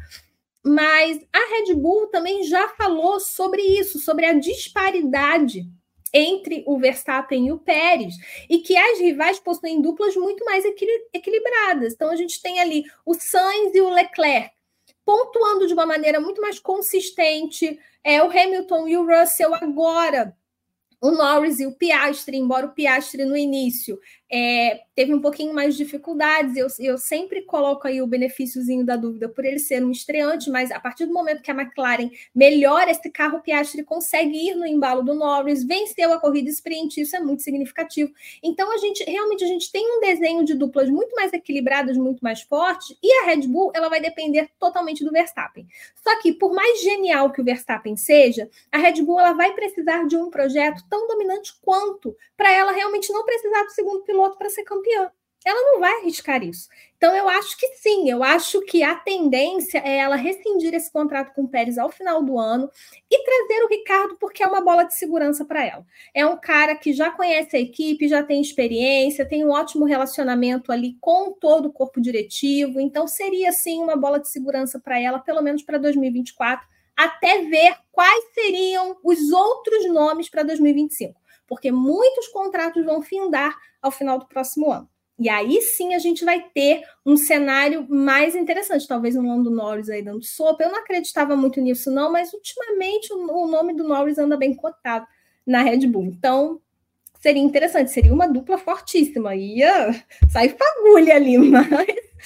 Mas a Red Bull também já falou sobre isso, sobre a disparidade entre o Verstappen e o Pérez, e que as rivais possuem duplas muito mais equilibradas. Então a gente tem ali o Sainz e o Leclerc, pontuando de uma maneira muito mais consistente, é, o Hamilton e o Russell agora, o Norris e o Piastri, embora o Piastri no início é, teve um pouquinho mais de dificuldades, eu, eu sempre coloco aí o benefíciozinho da dúvida por ele ser um estreante, mas a partir do momento que a McLaren melhora esse carro, o Piastri consegue ir no embalo do Norris, venceu a corrida sprint, isso é muito significativo. Então, a gente realmente a gente tem um desenho de duplas muito mais equilibradas, muito mais fortes, e a Red Bull ela vai depender totalmente do Verstappen. Só que, por mais genial que o Verstappen seja, a Red Bull ela vai precisar de um projeto tão dominante quanto, para ela realmente não precisar do segundo piloto para ser campeã. Ela não vai arriscar isso. Então, eu acho que sim, eu acho que a tendência é ela rescindir esse contrato com o Pérez ao final do ano e trazer o Ricardo, porque é uma bola de segurança para ela. É um cara que já conhece a equipe, já tem experiência, tem um ótimo relacionamento ali com todo o corpo diretivo, então seria sim uma bola de segurança para ela, pelo menos para dois mil e vinte e quatro, até ver quais seriam os outros nomes para dois mil e vinte e cinco, porque muitos contratos vão findar ao final do próximo ano. E aí sim a gente vai ter um cenário mais interessante. Talvez o nome do Norris aí dando sopa. Eu não acreditava muito nisso, não, mas ultimamente o nome do Norris anda bem cotado na Red Bull. Então, seria interessante, seria uma dupla fortíssima. Ia sair fagulha ali, mas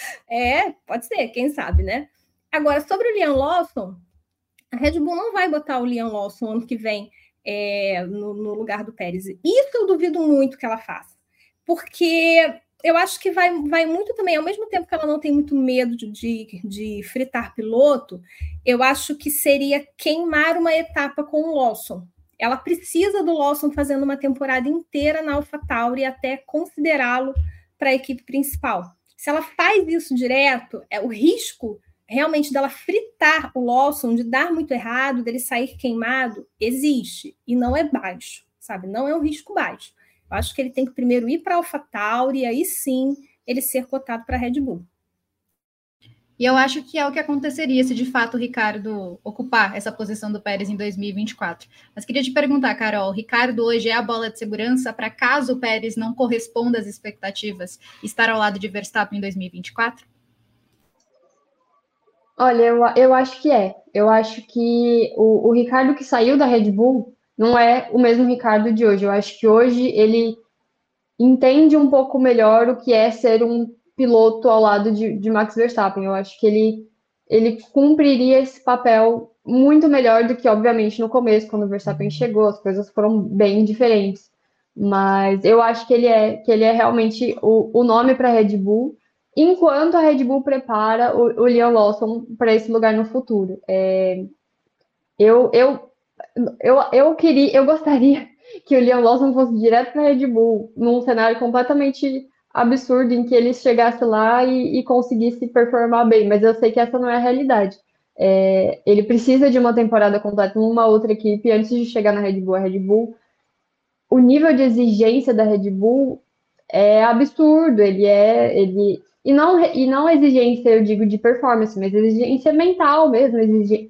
é, pode ser, quem sabe, né? Agora, sobre o Liam Lawson, a Red Bull não vai botar o Liam Lawson ano que vem é, no, no lugar do Pérez. Isso eu duvido muito que ela faça. Porque eu acho que vai, vai muito também, ao mesmo tempo que ela não tem muito medo de, de, de fritar piloto, eu acho que seria queimar uma etapa com o Lawson. Ela precisa do Lawson fazendo uma temporada inteira na AlphaTauri até considerá-lo para a equipe principal. Se ela faz isso direto, é o risco realmente dela fritar o Lawson, de dar muito errado, dele sair queimado, existe, e não é baixo, sabe? Não é um risco baixo. Eu acho que ele tem que primeiro ir para a AlphaTauri e aí sim ele ser cotado para a Red Bull. E eu acho que é o que aconteceria se de fato o Ricardo ocupar essa posição do Pérez em dois mil e vinte e quatro. Mas queria te perguntar, Carol, o Ricardo hoje é a bola de segurança para caso o Pérez não corresponda às expectativas estar ao lado de Verstappen em dois mil e vinte e quatro? Olha, eu, eu acho que é. Eu acho que o, o Ricardo que saiu da Red Bull não é o mesmo Ricardo de hoje. Eu acho que hoje ele entende um pouco melhor o que é ser um piloto ao lado de, de Max Verstappen. Eu acho que ele, ele cumpriria esse papel muito melhor do que, obviamente, no começo, quando o Verstappen chegou, as coisas foram bem diferentes. Mas eu acho que ele é, que ele é realmente o, o nome para a Red Bull, enquanto a Red Bull prepara o, o Liam Lawson para esse lugar no futuro. É, Eu, eu, eu, eu queria, eu gostaria que o Liam Lawson fosse direto para a Red Bull, num cenário completamente absurdo, em que ele chegasse lá e, e conseguisse performar bem, mas eu sei que essa não é a realidade. É, ele precisa de uma temporada completa numa outra equipe antes de chegar na Red Bull. A Red Bull, o nível de exigência da Red Bull é absurdo, ele é, ele e não e não exigência, eu digo de performance, mas exigência mental mesmo, exige,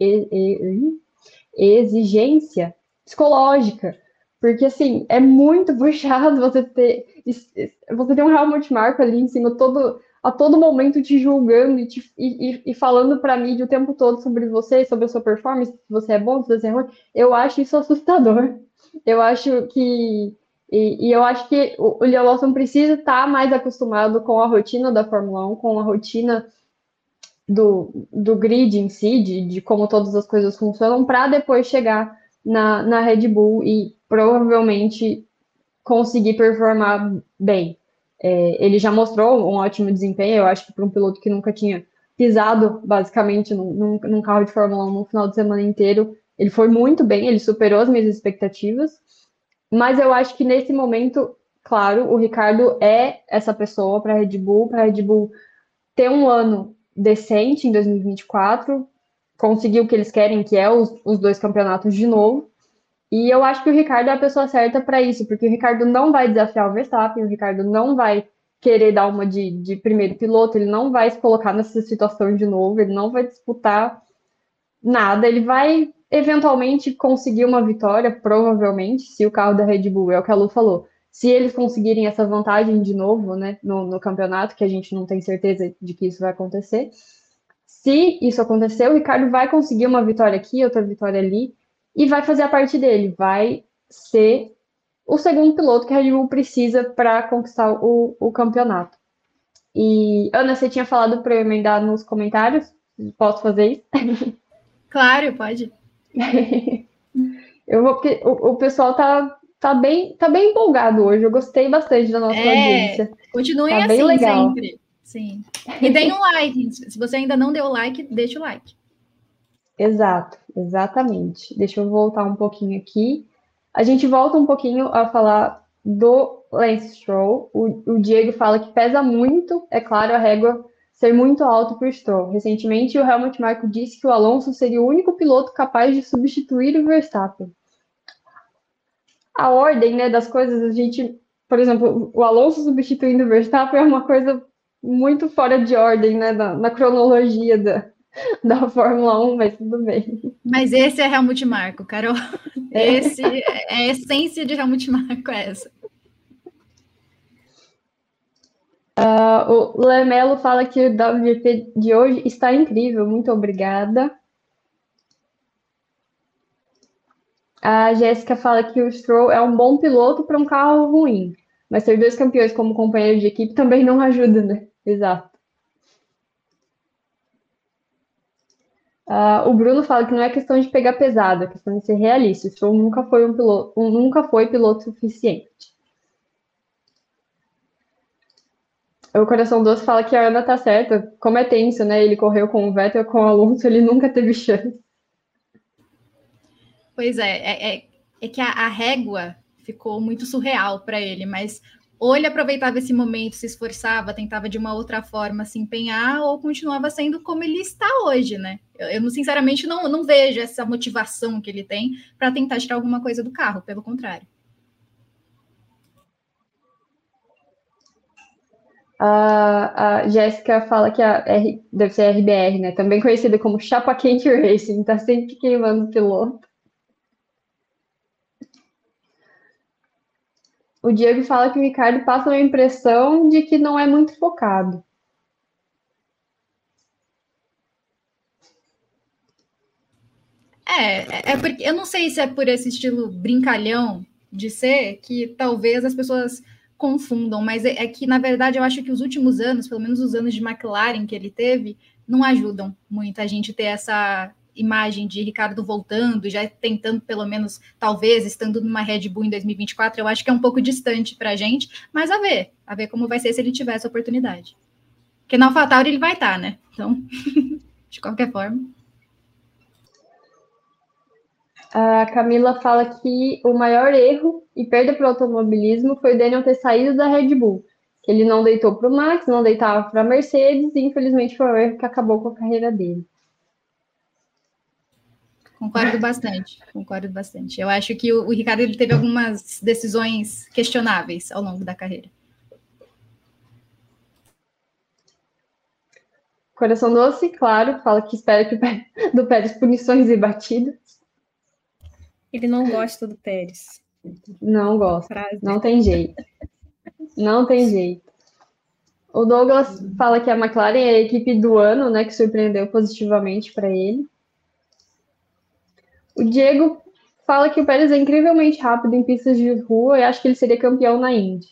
exigência psicológica, porque assim é muito puxado você ter você ter um Helmut Marko ali em cima todo a todo momento te julgando e, te, e, e falando para mim o tempo todo sobre você, sobre a sua performance, se você é bom, se você é ruim. Eu acho isso assustador. Eu acho que e, e eu acho que o, o Liam Lawson precisa estar mais acostumado com a rotina da Fórmula um, com a rotina do, do grid em si, de, de como todas as coisas funcionam, para depois chegar na, na Red Bull e provavelmente conseguir performar bem. É, ele já mostrou um ótimo desempenho, eu acho que para um piloto que nunca tinha pisado, basicamente, num, num, num carro de Fórmula um no final de semana inteiro, ele foi muito bem, ele superou as minhas expectativas, mas eu acho que nesse momento, claro, o Ricardo é essa pessoa para a Red Bull, para a Red Bull ter um ano decente em dois mil e vinte e quatro, conseguir o que eles querem, que é os, os dois campeonatos de novo. E eu acho que o Ricardo é a pessoa certa para isso, porque o Ricardo não vai desafiar o Verstappen, o Ricardo não vai querer dar uma de, de primeiro piloto, ele não vai se colocar nessa situação de novo, ele não vai disputar nada, ele vai eventualmente conseguir uma vitória, provavelmente, se o carro da Red Bull, é o que a Lu falou, se eles conseguirem essa vantagem de novo, né, no, no campeonato, que a gente não tem certeza de que isso vai acontecer, se isso acontecer, o Ricardo vai conseguir uma vitória aqui, outra vitória ali, e vai fazer a parte dele, vai ser o segundo piloto que a Red Bull precisa para conquistar o, o campeonato. E, Ana, você tinha falado para eu emendar nos comentários? Posso fazer isso? Claro, pode. Eu vou, porque o, o pessoal tá, tá, bem, tá bem empolgado hoje. Eu gostei bastante da nossa É, audiência. continuem Tá bem assim legal. sempre. Sim. E deem um like. Se você ainda não deu like, deixa o like. Exato, exatamente. Deixa eu voltar um pouquinho aqui. A gente volta um pouquinho a falar do Lance Stroll. O, o Diego fala que pesa muito, é claro, a régua ser muito alto para o Stroll. Recentemente, o Helmut Marko disse que o Alonso seria o único piloto capaz de substituir o Verstappen. A ordem, né, das coisas, a gente, por exemplo, o Alonso substituindo o Verstappen é uma coisa muito fora de ordem, né, na, na cronologia da, da Fórmula um, mas tudo bem. Mas esse é Helmut Marko, Carol. Esse é a essência de Helmut Marko, é essa. Uh, o Lemelo fala que o W G P de hoje está incrível, muito obrigada. A Jéssica fala que o Stroll é um bom piloto para um carro ruim, mas ter dois campeões como companheiro de equipe também não ajuda, né? Exato. Uh, o Bruno fala que não é questão de pegar pesado, é questão de ser realista. O Stroll nunca foi um piloto, um, nunca foi piloto suficiente. O Coração Doce fala que a Ana tá certa. Como é tenso, né? Ele correu com o Vettel, com o Alonso, ele nunca teve chance. Pois é, é, é, é que a, a régua ficou muito surreal para ele, mas ou ele aproveitava esse momento, se esforçava, tentava de uma outra forma se empenhar, ou continuava sendo como ele está hoje, né? Eu, eu sinceramente não, não vejo essa motivação que ele tem para tentar tirar alguma coisa do carro, pelo contrário. A, a Jéssica fala que a R, deve ser a R B R, né? Também conhecida como Chapa Quente Racing, tá sempre queimando o piloto. O Diego fala que o Ricardo passa uma impressão de que não é muito focado. É, é porque eu não sei se é por esse estilo brincalhão de ser que talvez as pessoas confundam, mas é, é que, na verdade, eu acho que os últimos anos, pelo menos os anos de McLaren que ele teve, não ajudam muito a gente ter essa imagem de Ricardo voltando, já tentando, pelo menos, talvez, estando numa Red Bull em dois mil e vinte e quatro, eu acho que é um pouco distante para a gente, mas a ver, a ver como vai ser se ele tiver essa oportunidade. Porque na AlphaTauri ele vai estar, né? Então, de qualquer forma. A Camila fala que o maior erro e perda para o automobilismo foi o Daniel ter saído da Red Bull. Que ele não deitou para o Max, não deitava para a Mercedes, e infelizmente foi o erro que acabou com a carreira dele. Concordo bastante, concordo bastante. Eu acho que o, o Ricardo ele teve algumas decisões questionáveis ao longo da carreira. Coração Doce, claro, fala que espera que do Pérez punições e batidas. Ele não gosta do Pérez. Não gosta, não tem jeito. Não tem jeito. O Douglas fala que a McLaren é a equipe do ano, né, que surpreendeu positivamente para ele. O Diego fala que o Pérez é incrivelmente rápido em pistas de rua e acha que ele seria campeão na Indy.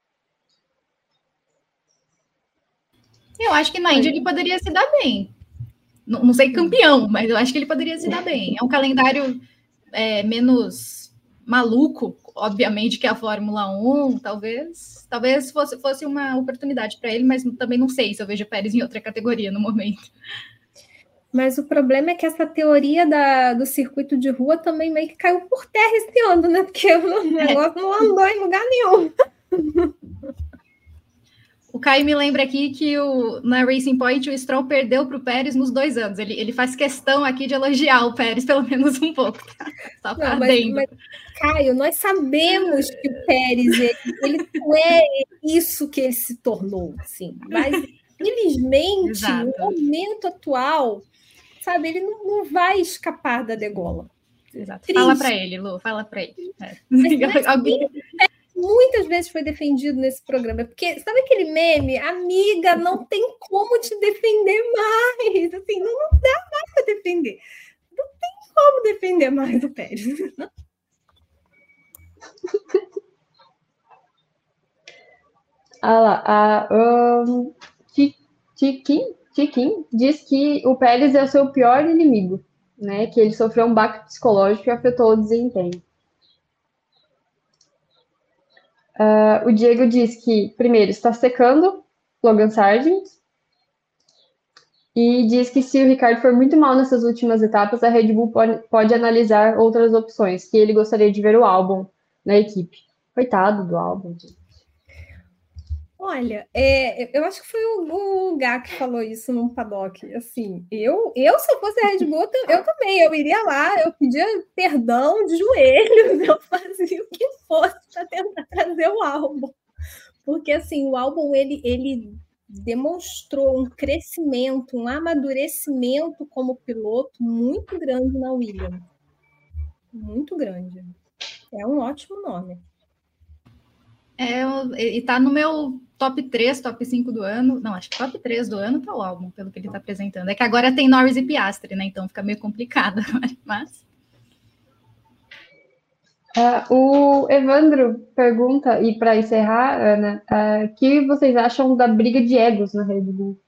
Eu acho que na Indy ele poderia se dar bem. Não, não sei campeão, mas eu acho que ele poderia se dar bem. É um calendário é, menos maluco, obviamente, que a Fórmula um, talvez. Talvez fosse, fosse uma oportunidade para ele, mas também não sei se eu vejo o Pérez em outra categoria no momento. Mas o problema é que essa teoria da, do circuito de rua também meio que caiu por terra esse ano, né? Porque o negócio não andou em lugar nenhum. O Caio me lembra aqui que o, na Racing Point o Stroll perdeu para o Pérez nos dois anos. Ele, ele faz questão aqui de elogiar o Pérez, pelo menos um pouco. Tá? Só para mas, mas, Caio, nós sabemos que o Pérez ele, ele não é isso que ele se tornou, assim. Mas, infelizmente, no momento atual, sabe, ele não, não vai escapar da degola. Exato. Triste. Fala para ele, Lu, fala para ele. É. Mas, Alguém... muitas vezes foi defendido nesse programa, porque sabe aquele meme? Amiga, não tem como te defender mais, assim, não, não dá mais para defender, não tem como defender mais o Pérez. Ah lá, a um, Tiquim, Tiquim diz que o Pérez é o seu pior inimigo, né? Que ele sofreu um baque psicológico que afetou o desempenho. Uh, o Diego diz que, primeiro, está secando Logan Sargent e diz que se o Ricardo for muito mal nessas últimas etapas, a Red Bull pode, pode analisar outras opções, que ele gostaria de ver o Albon na equipe. Coitado do Albon, gente. Olha, é, eu acho que foi o, o Gá que falou isso num paddock. Assim, eu, eu se eu fosse a Red Bull, eu também, eu iria lá, eu pedia perdão de joelhos, eu fazia o que fosse para tentar trazer o Albon. Porque, assim, o Albon, ele, ele demonstrou um crescimento, um amadurecimento como piloto muito grande na Williams. Muito grande. É um ótimo nome. É, e tá no meu top três, top cinco do ano. Não, acho que top três do ano tá o Albon, pelo que ele tá apresentando. É que agora tem Norris e Piastri, né? Então fica meio complicado, mas... Uh, o Evandro pergunta, e para encerrar, Ana, o uh, que vocês acham da briga de egos na Red Bull?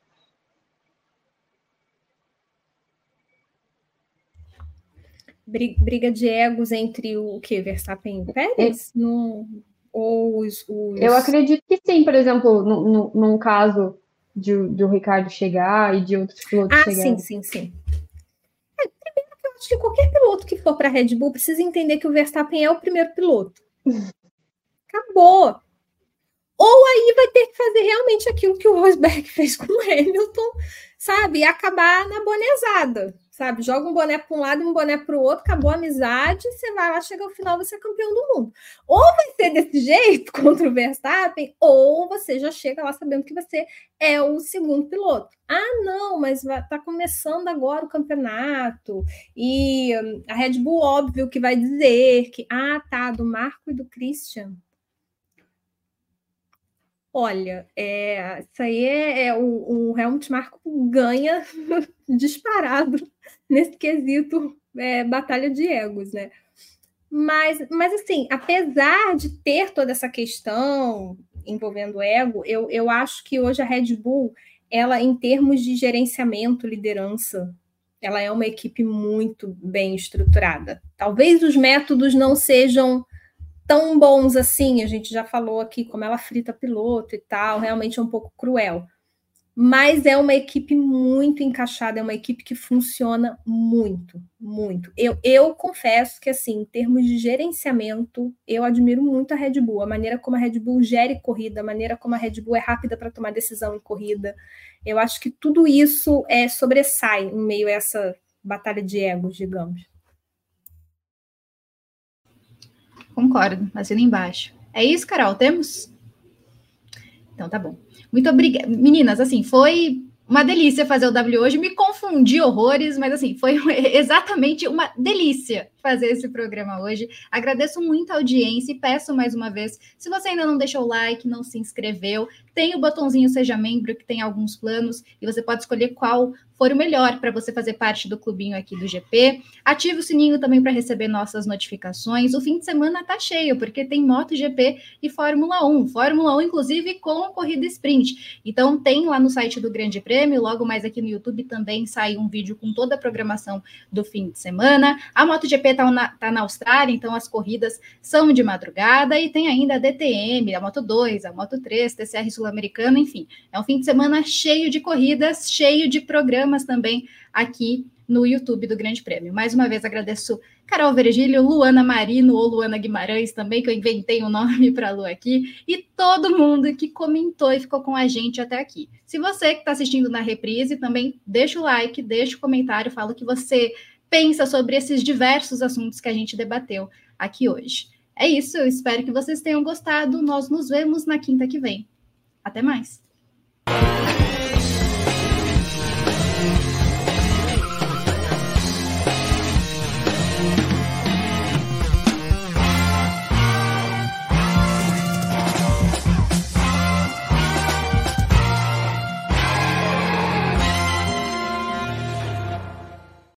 Briga de egos entre o que? Verstappen e Pérez? É. No... Ou os, os... Eu acredito que sim, por exemplo, no, no, num caso de, de o Ricardo chegar e de outros pilotos ah, chegarem. Ah, sim, sim, sim. É, primeiro que eu acho que qualquer piloto que for para a Red Bull precisa entender que o Verstappen é o primeiro piloto. Acabou. Ou aí vai ter que fazer realmente aquilo que o Rosberg fez com o Hamilton, sabe? E acabar na bonezada, sabe? Joga um boné para um lado e um boné para o outro, acabou a amizade, você vai lá, chega ao final, você é campeão do mundo. Ou vai ser desse jeito contra o Verstappen, ou você já chega lá sabendo que você é o segundo piloto. Ah, não, mas está começando agora o campeonato, e a Red Bull, óbvio, que vai dizer que, ah, tá, do Marco e do Christian. Olha, é, isso aí é, é o, o Helmut Marko ganha disparado nesse quesito é, batalha de egos, né? Mas, mas, assim, apesar de ter toda essa questão envolvendo ego, eu, eu acho que hoje a Red Bull, ela, em termos de gerenciamento, liderança, ela é uma equipe muito bem estruturada. Talvez os métodos não sejam tão bons assim, a gente já falou aqui como ela frita piloto e tal, realmente é um pouco cruel. mas é uma equipe muito encaixada, é uma equipe que funciona muito, muito. Eu, eu confesso que, assim, em termos de gerenciamento, eu admiro muito a Red Bull, a maneira como a Red Bull gere corrida, a maneira como a Red Bull é rápida para tomar decisão em corrida. Eu acho que tudo isso é, sobressai em meio a essa batalha de egos, digamos. Concordo, assina embaixo. É isso, Carol? Temos? Então tá bom. Muito obrigada. Meninas, assim, foi uma delícia fazer o W hoje. Me confundi horrores, mas assim, foi exatamente uma delícia fazer esse programa hoje. Agradeço muito a audiência e peço mais uma vez, se você ainda não deixou o like, não se inscreveu, tem o botãozinho Seja Membro, que tem alguns planos, e você pode escolher qual for o melhor para você fazer parte do clubinho aqui do G P. Ative o sininho também para receber nossas notificações. O fim de semana tá cheio, porque tem MotoGP e Fórmula um. Fórmula um, inclusive, com corrida sprint. Então, tem lá no site do Grande Prêmio, logo mais aqui no YouTube também sai um vídeo com toda a programação do fim de semana. A MotoGP tá na, tá na Austrália, então as corridas são de madrugada, e tem ainda a D T M, a Moto dois, a Moto três, T C R Sul-Americana, enfim. É um fim de semana cheio de corridas, cheio de programas também aqui no YouTube do Grande Prêmio. Mais uma vez agradeço Carol Vergílio, Luana Marino ou Luana Guimarães também, que eu inventei o um nome para a Lu aqui, e todo mundo que comentou e ficou com a gente até aqui. Se você que está assistindo na reprise, também deixa o like, deixa o comentário, fala o que você pensa sobre esses diversos assuntos que a gente debateu aqui hoje. É isso, eu espero que vocês tenham gostado. Nós nos vemos na quinta que vem. Até mais!